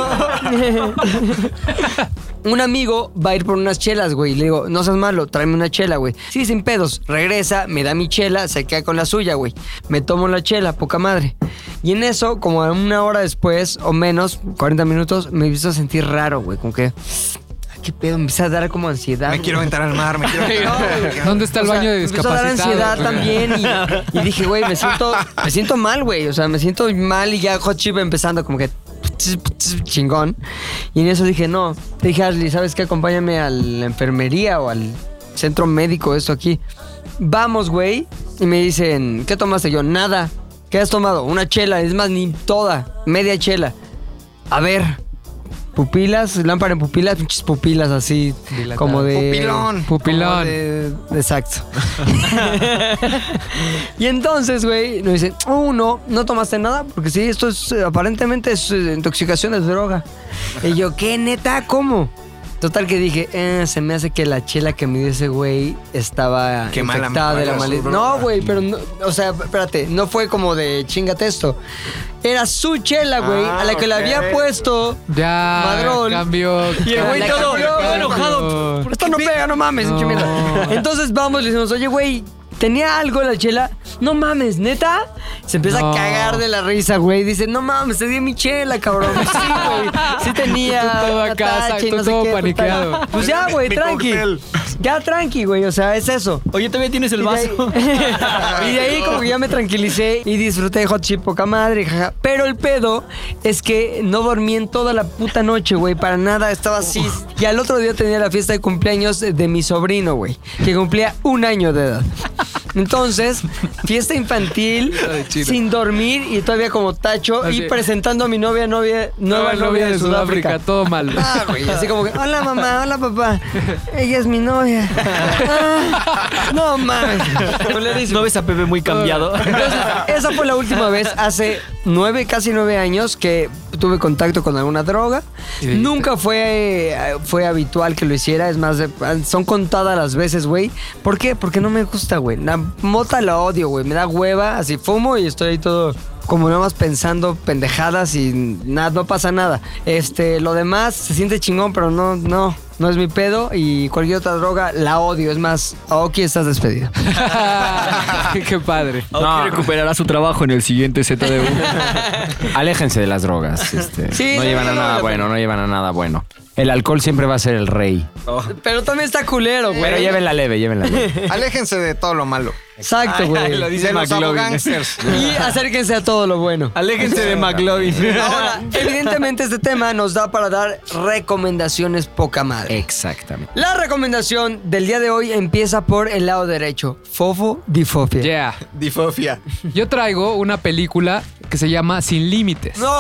Un amigo va a ir por unas chelas, güey. Le digo, no seas malo, tráeme una chela, güey. Sí, sin pedos. Regresa, me da mi chela, se queda con la suya, güey. Me tomo la chela, poca madre. Y en eso, como a una hora después, o menos, 40 minutos, me empiezo a sentir raro, güey. Como que... ¿qué pedo? Me empieza a dar como ansiedad. Me quiero aventar al mar, me quiero aventar. ¿Dónde está el baño de Me empezó a dar discapacitados? ansiedad también y dije, güey, me siento mal, güey. O sea, me siento mal y ya Hot Chip empezando como que chingón. Y en eso dije, no. Te dije, Ashley, ¿sabes qué? Acompáñame a la enfermería o al centro médico, esto aquí. Vamos, güey. Y me dicen, ¿qué tomaste? Yo, nada. ¿Qué has tomado? Una chela, es más, ni toda. Media chela. A ver. Pupilas, lámpara en pupilas, pinches pupilas así, Dilatadas. como de... Pupilón. Pupilón. Exacto. Y entonces, güey, nos dicen, no tomaste nada, porque sí, esto es, aparentemente es intoxicación de droga. Y yo, ¿qué, neta? ¿Cómo? Total que dije, se me hace que la chela que me dio ese güey estaba Qué mala infectada de la mala maleza. su No, droga. güey, pero no, o sea, espérate, no fue como de chingate esto. Era su chela, güey, a la que le había puesto Ya, Madrol. Cambio. Y el güey La todo cambió. enojado. Esto no pega, no mames. No. pinche mierda. Entonces vamos, le decimos, oye, güey, ¿tenía algo la chela? No mames, ¿neta? Se empieza No. a cagar de la risa, güey. Dice, no mames, te di mi chela, cabrón. Sí, güey. Sí tenía. Tú todo una acá, tacha y tú no sé todo qué, paniqueado. total. Pues ya, güey, Mi tranqui. cóctel. Ya tranqui, güey. O sea, es eso. Oye, ¿todavía tienes el Y de ahí- vaso? y de ahí como que ya me tranquilicé y disfruté de Hot Chip poca madre, jaja. Pero el pedo es que no dormí en toda la puta noche, güey, para nada, estaba así. Y al otro día tenía la fiesta de cumpleaños de mi sobrino, güey, que cumplía 1 año de edad. Entonces, fiesta infantil, Ay, chido. sin dormir y todavía como tacho Así. y presentando a mi nueva novia de Sudáfrica. Todo mal. Ah, güey, así como que, hola mamá, hola papá, ella es mi novia. Ah, no mames. Culerísimo. ¿No ves a Pepe muy cambiado? Entonces, esa fue la última vez hace casi 9 años que tuve contacto con alguna droga. Y dijiste- Nunca fue habitual que lo hiciera. Es más, son contadas las veces, güey. ¿Por qué? Porque no me gusta, güey. La mota la odio, güey. Me da hueva. Así fumo y estoy ahí todo como nada más pensando pendejadas y nada, no pasa nada. Lo demás se siente chingón, pero no es mi pedo y cualquier otra droga la odio. Es más, Aoki, estás despedido. Qué padre. Aoki recuperará su trabajo en el siguiente ZDU. Aléjense de las drogas. Sí, no sí, llevan a no, nada no. bueno, no llevan a nada bueno. El alcohol siempre va a ser el rey. Pero también está culero, güey. Pero llévenla leve, llévenla leve. Aléjense de todo lo malo. Exacto, güey. lo dice De los McLovin. abogánsters. Y acérquense a todo lo bueno. Aléjense de McLovin. Ahora, evidentemente este tema nos da para dar recomendaciones poca madre. Exactamente. La recomendación del día de hoy empieza por el lado derecho. Fofo difofia. Yeah. Difofia. Yo traigo una película que se llama Sin Límites. ¡No!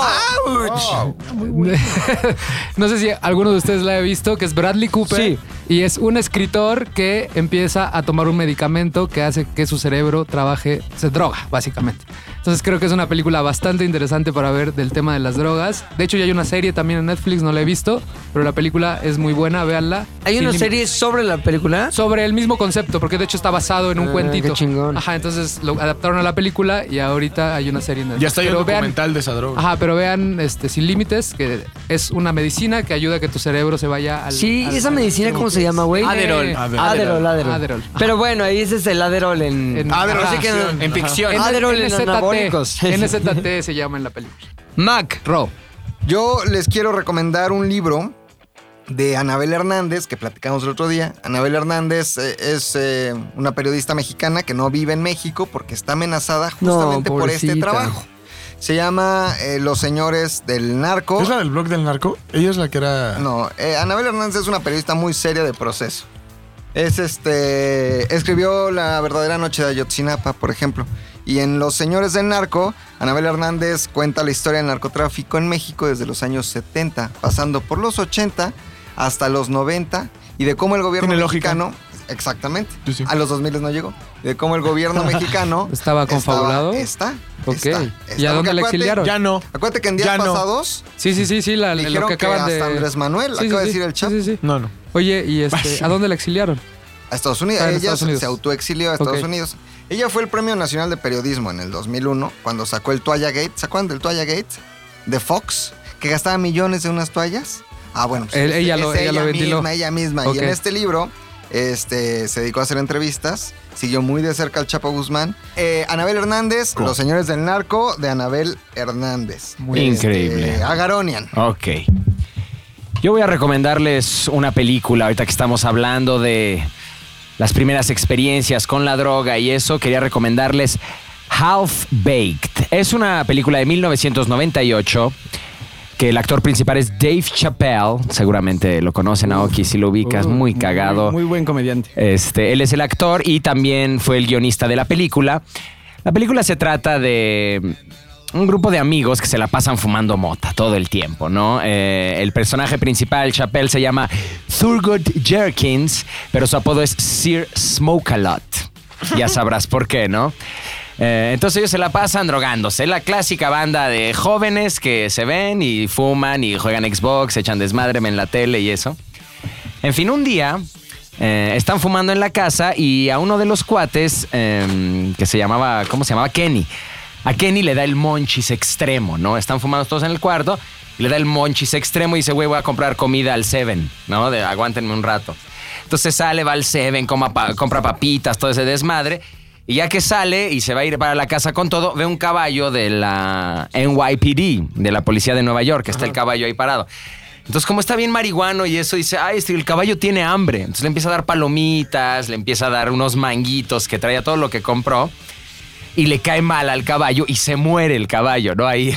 No sé si alguno de ustedes la ha visto, que es Bradley Cooper. Sí. Y es un escritor que empieza a tomar un medicamento que hace que su cerebro se droga, básicamente. Entonces creo que es una película bastante interesante para ver del tema de las drogas. De hecho, ya hay una serie también en Netflix, no la he visto, pero la película es muy buena, véanla. ¿Hay Sin una Límites. serie sobre la película? Sobre el mismo concepto, porque de hecho está basado en un Ah, cuentito. qué chingón. Ajá, entonces lo adaptaron a la película y ahorita hay una serie en Netflix. Ya está ahí un Pero vean- documental de esa droga. Ajá, pero vean Sin Límites, que es una medicina que ayuda a que tu cerebro se vaya al... Sí, al- esa al- medicina, ¿cómo se llama, güey? Adderall. Adderall. Adderall. Pero bueno, ahí ese es el Adderall en... Adderall, Así que ficción. En ficción. Adderall en NZT. anabólicos. NZT se llama en la película. Mac. Ro. Yo les quiero recomendar un libro de Anabel Hernández, que platicamos el otro día. Anabel Hernández es una periodista mexicana que no vive en México porque está amenazada justamente por este pobrecita. trabajo. Se llama Los Señores del Narco. ¿Es la del blog del narco? Ella es la que era... No, Anabel Hernández es una periodista muy seria de Proceso. Escribió La verdadera noche de Ayotzinapa, por ejemplo. Y en Los Señores del Narco, Anabel Hernández cuenta la historia del narcotráfico en México desde los años 70, pasando por los 80 hasta los 90, y de cómo el gobierno Tiene lógica. mexicano... Exactamente. Sí, sí. A los 2000 no llegó. De cómo el gobierno mexicano... ¿Estaba confabulado? Está. Ok. Está. ¿Y a Porque dónde la acuérdate- exiliaron? Ya no. Acuérdate que en días Ya no. pasados Sí, lo dijeron que acaban que de... hasta Andrés Manuel, acaba de decir el Chapo. Sí. No, no. Oye, ¿y ¿a dónde la exiliaron? A Estados Unidos. Ah, en Ella Estados Unidos. se autoexilió a Estados Ok. Unidos. Ella fue el Premio Nacional de Periodismo en el 2001, cuando sacó el Toalla Gate. ¿Se acuerdan del Toalla Gate? De Fox, que gastaba millones de unas toallas. Ah, bueno. Pues Ella lo ventiló. Ella misma. Ok. Y en este libro se dedicó a hacer entrevistas. Siguió muy de cerca al Chapo Guzmán. Anabel Hernández, Cool. Los Señores del Narco, de Anabel Hernández. Muy increíble. Agaronian. Ok. Yo voy a recomendarles una película, ahorita que estamos hablando de las primeras experiencias con la droga y eso, quería recomendarles Half Baked. Es una película de 1998 que el actor principal es Dave Chappelle. Seguramente lo conocen, Aoki, si lo ubicas, muy cagado. Muy buen comediante. Él es el actor y también fue el guionista de la película. La película se trata de un grupo de amigos que se la pasan fumando mota todo el tiempo, ¿no? El personaje principal, Chappelle, se llama Thurgood Jerkins, pero su apodo es Sir Smoke-A-Lot. Ya sabrás por qué, ¿no? Entonces ellos se la pasan drogándose. La clásica banda de jóvenes que se ven y fuman y juegan Xbox, echan desmadre, ven la tele y eso. En fin, un día están fumando en la casa y a uno de los cuates que se llamaba, ¿cómo se llamaba? Kenny. A Kenny le da el monchis extremo, ¿no? Están fumando todos en el cuarto y le da el monchis extremo y dice, güey, voy a comprar comida al Seven, ¿no? Aguántenme un rato. Entonces sale, va al Seven, compra papitas, todo ese desmadre. Y ya que sale y se va a ir para la casa con todo, ve un caballo de la NYPD, de la policía de Nueva York, que está el caballo ahí parado. Entonces, como está bien marihuano y eso, dice, ay, el caballo tiene hambre. Entonces le empieza a dar palomitas, le empieza a dar unos manguitos que traía todo lo que compró. Y le cae mal al caballo y se muere el caballo, ¿no? Ahí.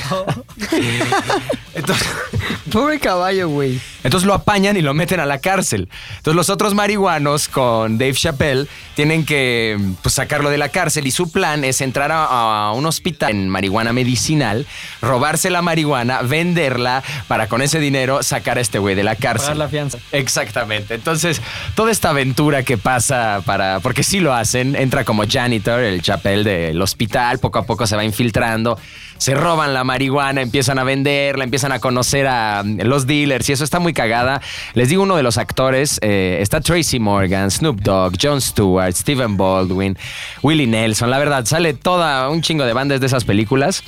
Entonces, Pobre caballo, güey. Entonces lo apañan y lo meten a la cárcel. Entonces los otros marihuanos con Dave Chappelle tienen que sacarlo de la cárcel y su plan es entrar a un hospital en marihuana medicinal, robarse la marihuana, venderla para con ese dinero sacar a este güey de la cárcel. Pagar la fianza. Exactamente. Entonces toda esta aventura que pasa porque sí lo hacen, entra como janitor el Chappelle del hospital, poco a poco se va infiltrando, se roban la marihuana, empiezan a venderla, empiezan a conocer a los dealers y eso está muy cagada. Les digo, uno de los actores, está Tracy Morgan, Snoop Dogg, Jon Stewart, Stephen Baldwin, Willie Nelson. La verdad, sale un chingo de bandas de esas películas.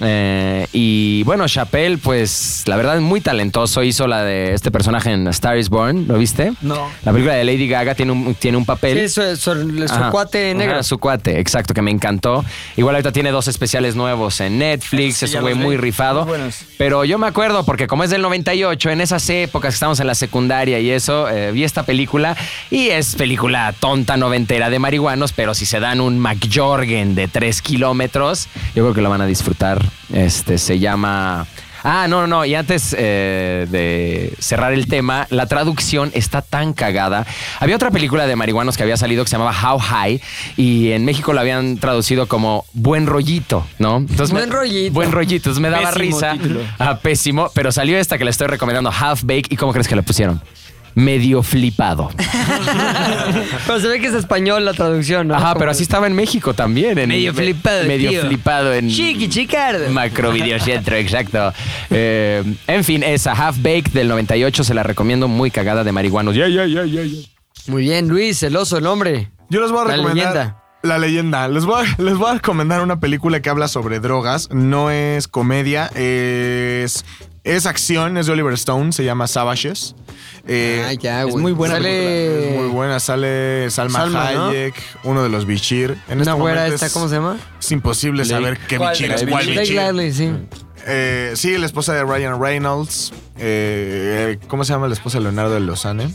Y bueno, Chappelle, pues la verdad es muy talentoso. Hizo la de este personaje en A Star is Born, ¿lo viste? No. La película de Lady Gaga tiene un papel. Sí, su cuate negro. Ajá, su cuate, exacto, que me encantó. Igual ahorita tiene 2 especiales nuevos en Netflix, Sí, es un güey muy rifado. Muy buenos. Pero yo me acuerdo, porque como es del 98, en esas épocas que estábamos en la secundaria y eso, vi esta película y es película tonta noventera de marihuanos, pero si se dan un McJorgen de 3 kilómetros, yo creo que lo van a disfrutar. Se llama... No. Y antes de cerrar el tema, la traducción está tan cagada. Había otra película de marihuanos que había salido que se llamaba How High y en México la habían traducido como Buen Rollito, ¿no? Entonces, Buen Rollito. Buen Rollito. Entonces me daba Pésimo risa. título. Pésimo. Pero salió esta que le estoy recomendando, Half Baked. ¿Y cómo crees que le pusieron? Medio flipado. Pero se ve que es español la traducción, ¿no? Ajá, Como- pero así estaba en México también. Medio flipado, Medio tío. flipado en... Chiqui, chicardo. Macro Videocentro, exacto. En fin, esa Half Baked del 98 se la recomiendo, muy cagada de marihuanos. Muy bien, Luis, el oso, el hombre. Yo les voy a La recomendar... leyenda. La leyenda. Les voy a recomendar una película que habla sobre drogas. No es comedia, es acción, es de Oliver Stone, se llama Savages. Ya, güey. es muy buena Sale... Es muy buena, sale Salma ¿no? Hayek, uno de los Bichir. En Una este güera momento esta, ¿cómo se llama? Es imposible saber qué ¿Cuál? Bichir es cuál Blake Bichir. Lively, sí. Sí, la esposa de Ryan Reynolds. ¿Cómo se llama la esposa de Leonardo de Lozane?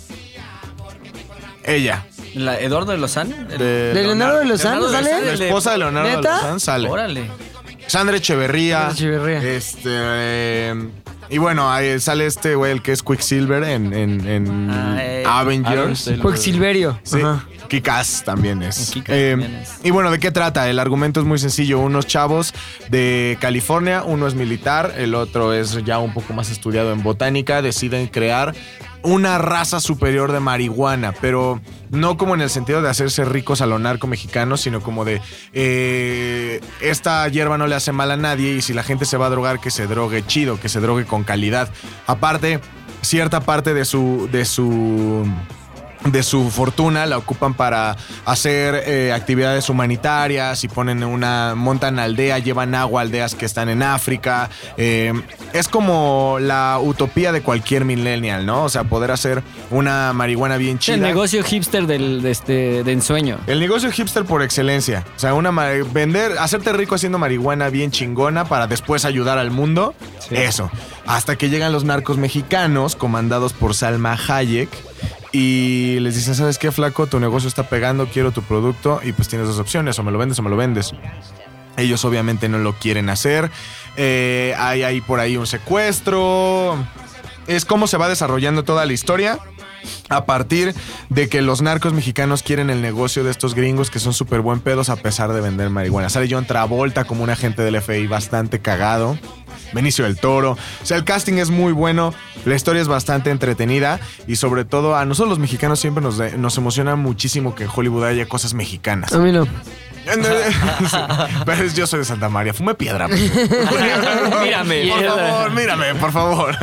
Ella. ¿La Eduardo de Lozano? ¿De Leonardo de Lozano Leonardo de sale? Lozano. La esposa de Leonardo de ¿Neta? Lozane sale. Órale. Sandra Echeverría. Sandra Echeverría. Y bueno, ahí sale este güey, el que es Quicksilver en Avengers. Quicksilverio. Sí. Ajá. Kick-Ass también es. Kick-Ass también es. Y bueno, ¿de qué trata? El argumento es muy sencillo. Unos chavos de California, uno es militar, el otro es ya un poco más estudiado en botánica, deciden crear una raza superior de marihuana, pero no como en el sentido de hacerse ricos a lo narco mexicano, sino como de esta hierba no le hace mal a nadie y si la gente se va a drogar, que se drogue chido, que se drogue con calidad. Aparte, cierta parte de su de su fortuna la ocupan para hacer actividades humanitarias y montan aldea, llevan agua a aldeas que están en África. Es como la utopía de cualquier millennial, ¿no? O sea, poder hacer una marihuana bien chida. El negocio hipster de ensueño. El negocio hipster por excelencia. O sea, hacerte rico haciendo marihuana bien chingona para después ayudar al mundo. Sí. Eso. Hasta que llegan los narcos mexicanos comandados por Salma Hayek. Y les dicen, ¿sabes qué, flaco? Tu negocio está pegando, quiero tu producto. Y pues tienes dos opciones, o me lo vendes o me lo vendes. Ellos obviamente no lo quieren hacer. Hay por ahí un secuestro. Es cómo se va desarrollando toda la historia. A partir de que los narcos mexicanos quieren el negocio de estos gringos que son súper buen pedos a pesar de vender marihuana. Sale John Travolta como un agente del FBI bastante cagado. Benicio del Toro. O sea, el casting es muy bueno, la historia es bastante entretenida y sobre todo a nosotros los mexicanos siempre nos emociona muchísimo que en Hollywood haya cosas mexicanas. A mí no. Pero yo soy de Santa María, fume piedra. Mírame, por favor.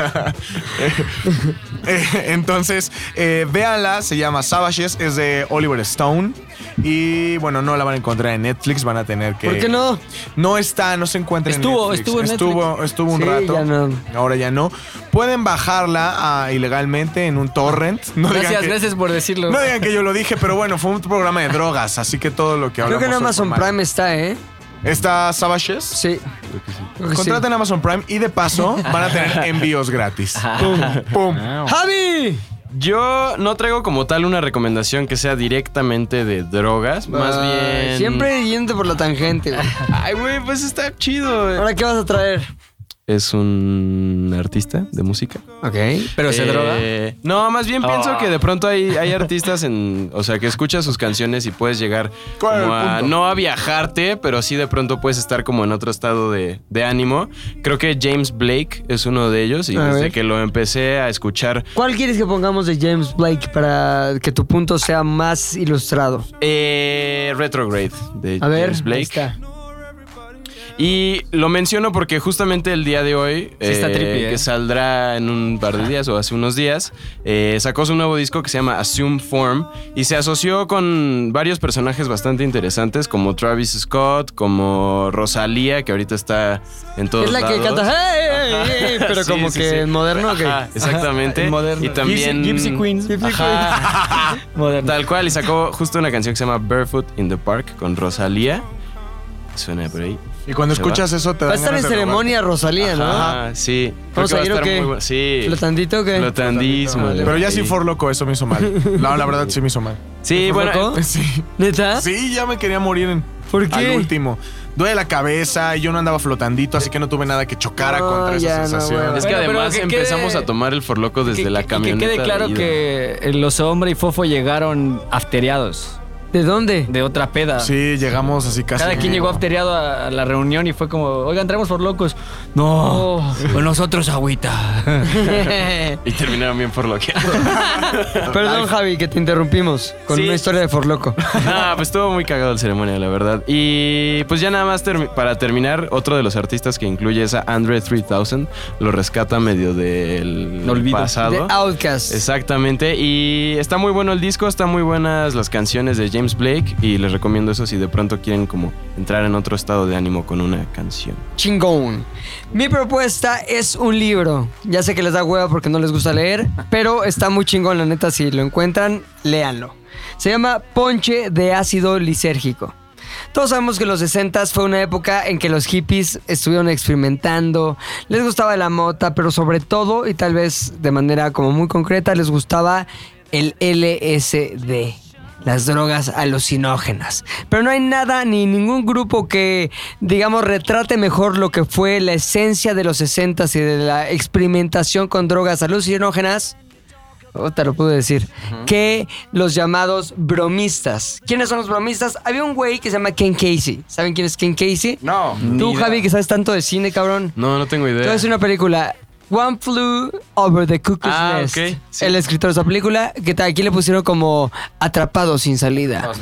Entonces, véanla, se llama Savages, es de Oliver Stone. Y bueno, no la van a encontrar en Netflix, van a tener que... ¿Por qué no? No se encuentra en Netflix. Estuvo en Netflix. Estuvo un rato. Ya no. Ahora ya no. Pueden bajarla ilegalmente en un torrent. Gracias por decirlo. No digan que yo lo dije, pero bueno, fue un programa de drogas, así que todo lo que hablamos... Creo que en Amazon Prime está, ¿eh? ¿Está Savages? Sí. Contraten Amazon Prime y de paso van a tener envíos gratis. ¡Pum! ¡Pum! ¡Javi! Yo no traigo como tal una recomendación que sea directamente de drogas, más bien... Siempre yendo por la tangente, güey. Ay, güey, pues está chido, güey. ¿Ahora qué vas a traer? Es un artista de música. Ok. ¿Pero se droga? No, más bien pienso que de pronto hay artistas o sea, que escuchas sus canciones y puedes llegar como no a viajarte, pero sí de pronto puedes estar como en otro estado de ánimo. Creo que James Blake es uno de ellos y desde que lo empecé a escuchar... ¿Cuál quieres que pongamos de James Blake para que tu punto sea más ilustrado? Retrograde de James Blake. Ahí está. Y lo menciono porque justamente el día de hoy, que saldrá en un par de días o hace unos días, sacó su nuevo disco que se llama Assume Form y se asoció con varios personajes bastante interesantes como Travis Scott, como Rosalía, que ahorita está en todos lados. Es la que canta hey, pero sí, como que moderno. Ajá, exactamente. Moderno. Y también... Gypsy Queens. Moderno. Tal cual, y sacó justo una canción que se llama Barefoot in the Park con Rosalía. Suena por ahí. Y cuando escuchas eso te da. Va a estar en ceremonia Rosalía, ¿no? Ah, sí. ¿Vamos a ir o qué? Sí. ¿Flotandito o qué? Flotandísimo. Pero ya sí For Loco, eso me hizo mal. No, la verdad sí me hizo mal. Sí, bueno. Sí. ¿Neta? Sí, ya me quería morir ¿Por qué? Al último. Duele la cabeza y yo no andaba flotandito, así que no tuve nada que chocara contra esa sensación. Bueno. Es que además empezamos a tomar el For Loco desde la camioneta. Que quede claro que los Sombra y Fofo llegaron aftereados. ¿De dónde? De otra peda. Sí, llegamos así casi. Cada quien llegó aftereado a la reunión y fue como, oigan, traemos por locos. No, con nosotros agüita. Y terminaron bien forloqueados. Perdón, Javi, que te interrumpimos con una historia de Forloco. No, pues estuvo muy cagado el ceremonia, la verdad. Y pues ya nada más para terminar, otro de los artistas que incluye es a Andre 3000. Lo rescata medio del pasado. De Outkast. Exactamente. Y está muy bueno el disco, están muy buenas las canciones de James Blake y les recomiendo eso si de pronto quieren como entrar en otro estado de ánimo con una canción. Chingón. Mi propuesta es un libro. Ya sé que les da hueva porque no les gusta leer, pero está muy chingón, la neta. Si lo encuentran, léanlo. Se llama Ponche de ácido lisérgico. Todos sabemos que los 60s fue una época en que los hippies estuvieron experimentando, les gustaba la mota, pero sobre todo, y tal vez de manera como muy concreta, les gustaba el LSD. Las drogas alucinógenas. Pero no hay nada ni ningún grupo que, digamos, retrate mejor lo que fue la esencia de los 60s y de la experimentación con drogas alucinógenas. Te lo puedo decir. Que los llamados bromistas. ¿Quiénes son los bromistas? Había un güey que se llama Ken Casey. ¿Saben quién es Ken Casey? No. Tú, Javi, que sabes tanto de cine, cabrón. No tengo idea. Entonces, una película... One Flew Over the Cuckoo's Nest. Okay, sí. El escritor de esa película, que aquí le pusieron como Atrapado sin salida.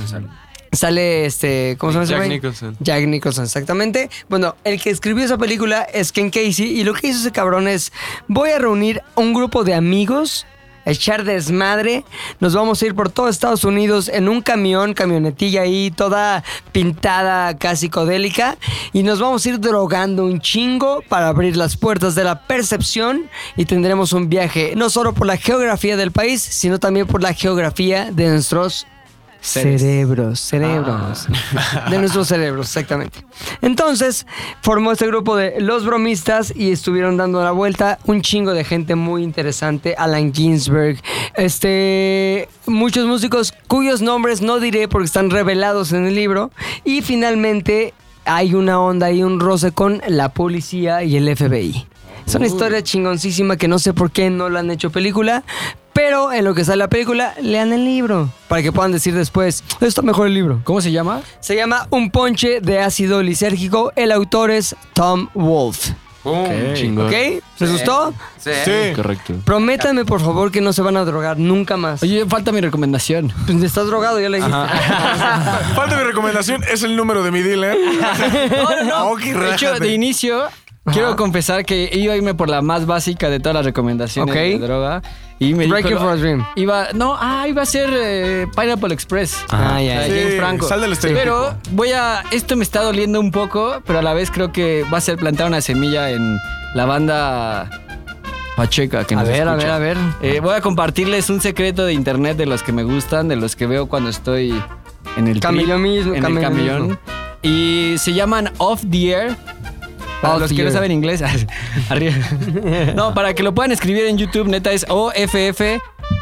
Sale ¿cómo se llama? Jack Nicholson. Jack Nicholson, exactamente. Bueno, el que escribió esa película es Ken Casey y lo que hizo ese cabrón es, voy a reunir un grupo de amigos echar desmadre. Nos vamos a ir por todo Estados Unidos en un camionetilla ahí, toda pintada casi psicodélica. Y nos vamos a ir drogando un chingo para abrir las puertas de la percepción. Y tendremos un viaje no solo por la geografía del país, sino también por la geografía de nuestros cerebros. De nuestros cerebros, exactamente. Entonces, formó este grupo de Los Bromistas y estuvieron dando la vuelta un chingo de gente muy interesante. Allen Ginsberg, muchos músicos cuyos nombres no diré porque están revelados en el libro. Y finalmente hay una onda y un roce con la policía y el FBI. Es una historia chingoncísima que no sé por qué no la han hecho película. Pero en lo que sale la película, lean el libro. Para que puedan decir después, está mejor el libro. ¿Cómo se llama? Se llama Un ponche de ácido lisérgico. El autor es Tom Wolfe. Chingón. ¿Ok? ¿Les gustó? Sí. Correcto. Prométanme, por favor, que no se van a drogar nunca más. Oye, falta mi recomendación. Pues estás drogado, ya le dijiste. Falta mi recomendación, es el número de mi dealer. No. Ok, De hecho, rájate. de inicio, quiero confesar que iba a irme por la más básica de todas las recomendaciones Ok. de droga. Y me Breaking dijo, for a Dream. iba a ser Pineapple Express. Ah, ya. De Sí, James Franco. sal del estereotipo. Pero esto me está doliendo un poco, pero a la vez creo que va a ser plantar una semilla en la banda Pacheca que A nos ver. voy a compartirles un secreto de internet de los que me gustan, de los que veo cuando estoy en el Camellonismo, trip, en el camellonismo. camión. Y se llaman Off the Air. Para Off los the que no Air. saben inglés, arriba. No, para que lo puedan escribir en YouTube, neta es OFFAIR.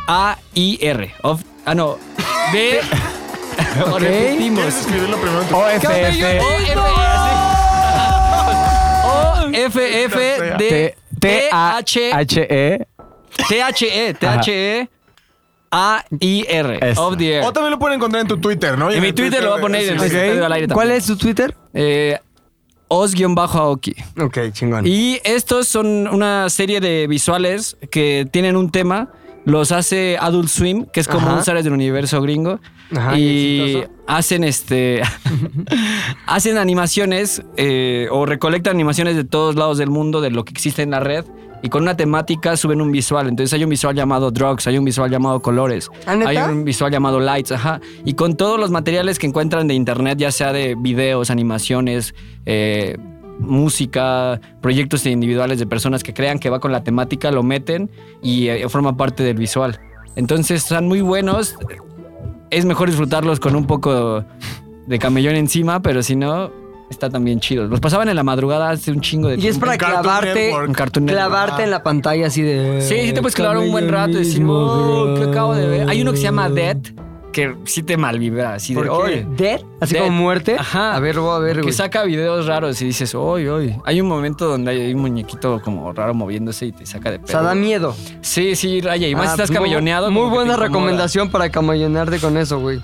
De. Repetimos. ¿Quieres escribirlo primero en tu OFF de T-H-E. THE AIR. Eso. Off the Air. O también lo pueden encontrar en tu Twitter, ¿no? Y En mi Twitter lo voy a poner en el Sí. Twitter al aire ¿Cuál también. es tu Twitter? Os-Aoki. Ok, chingón. Y estos son una serie de visuales que tienen un tema. Los hace Adult Swim, que es como Ajá. un Zares del universo gringo. Ajá, y exitoso. hacen hacen animaciones o recolectan animaciones de todos lados del mundo, de lo que existe en la red. Y con una temática suben un visual. Entonces hay un visual llamado Drugs, hay un visual llamado Colores, ¿Ah, neta? hay un visual llamado Lights, ajá. Y con todos los materiales que encuentran de internet, ya sea de videos, animaciones, música, proyectos individuales de personas que crean que va con la temática, lo meten y forma parte del visual. Entonces están muy buenos. Es mejor disfrutarlos con un poco de camellón encima, pero si no, está también chido. Los pasaban en la madrugada hace un chingo de Y es tiempo. para Cartoon clavarte, Network. En Cartoon Network. clavarte en la pantalla así de... Sí, te puedes clavar un buen rato y decir, oh, ¿qué acabo de ver? Hay uno que se llama Dead, que sí te malvibra, así de, ¿Por qué? oye. ¿Dead? ¿Así Dead. como muerte? Ajá. A ver, lo voy a ver, Que güey. saca videos raros y dices, oye. Hay un momento donde hay un muñequito como raro moviéndose y te saca de O pedo. sea, da miedo. Sí, raya. Y más Ah, si estás muy- camelloneado. Muy como que buena te incomoda. recomendación para camellonarte con eso, güey.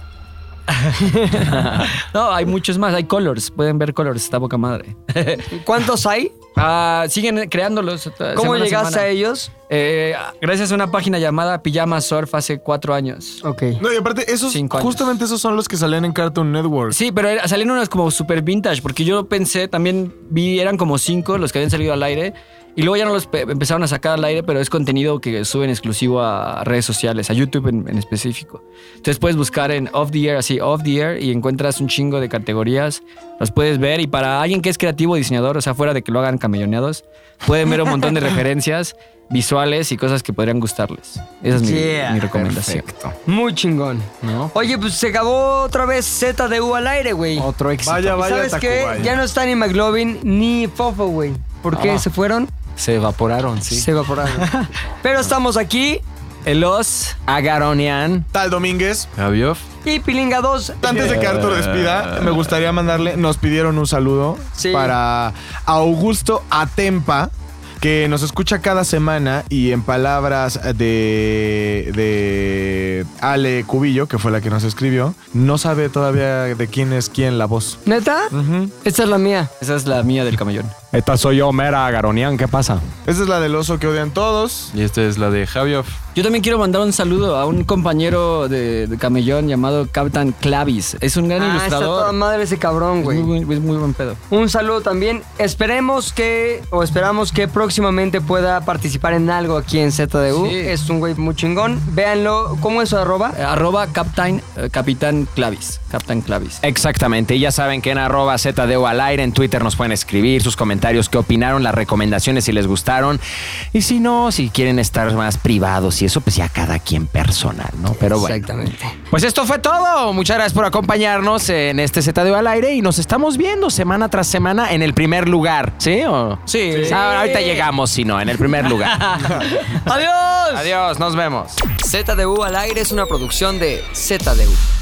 No, hay muchos más. Hay Colors. Pueden ver Colors. Está poca madre. ¿Cuántos hay? Siguen creándolos. ¿Cómo semana a llegaste semana. a ellos? Gracias a una página llamada Pijama Surf hace 4 años. Ok. No, y aparte, 5 años. justamente esos son los que salían en Cartoon Network. Sí, pero salieron unas como super vintage, porque yo pensé, también eran como 5 los que habían salido al aire, y luego ya no los empezaron a sacar al aire, pero es contenido que suben exclusivo a redes sociales, a YouTube en específico. Entonces puedes buscar en Off the Air, así, Off the Air, y encuentras un chingo de categorías, los puedes ver, y para alguien que es creativo, diseñador, o sea, fuera de que lo hagan camelloneados, pueden ver un montón de referencias visuales y cosas que podrían gustarles. Esa es mi recomendación. Perfecto. Muy chingón. ¿No? Oye, pues se acabó otra vez ZDU al aire, güey. Otro éxito. Vaya, vaya, ¿Sabes qué? Tacubaya. Ya no está ni McLovin ni Fofo, güey. ¿Por qué se fueron? Se evaporaron, sí. Se evaporaron. Pero estamos aquí Los Agaronian. Tal Domínguez. Aviov. y Pilinga 2. Antes de que Arthur despida, me gustaría mandarle, nos pidieron un saludo Sí. para Augusto Atempa, que nos escucha cada semana y en palabras de Ale Cubillo, que fue la que nos escribió, no sabe todavía de quién es quién la voz. ¿Neta? Esta es la mía. Esa es la mía del camellón. Esta soy yo, Mera Garonian. ¿Qué pasa? Esta es la del oso que odian todos. Y esta es la de Javioff. Yo también quiero mandar un saludo a un compañero de Camellón llamado Captain Clavis. Es un gran Está toda ilustrador. madre ese cabrón, güey. Es muy buen pedo. Un saludo también. Esperamos que próximamente pueda participar en algo aquí en ZDU. Sí. Es un güey muy chingón. Véanlo. ¿Cómo es su arroba? Arroba Capitán Clavis. Captain Clavis. Exactamente. Y ya saben que en @ZDU al aire, en Twitter nos pueden escribir sus comentarios, qué opinaron, las recomendaciones, si les gustaron. Y si no, si quieren estar más privados y eso, pues ya cada quien personal, ¿no? Pero bueno. Exactamente. Pues esto fue todo. Muchas gracias por acompañarnos en este ZDU al aire y nos estamos viendo semana tras semana en el primer lugar. ¿Sí? ¿O? Sí. Ahorita llegamos, si no, en el primer lugar. ¡Adiós! Adiós, nos vemos. ZDU al aire es una producción de ZDU.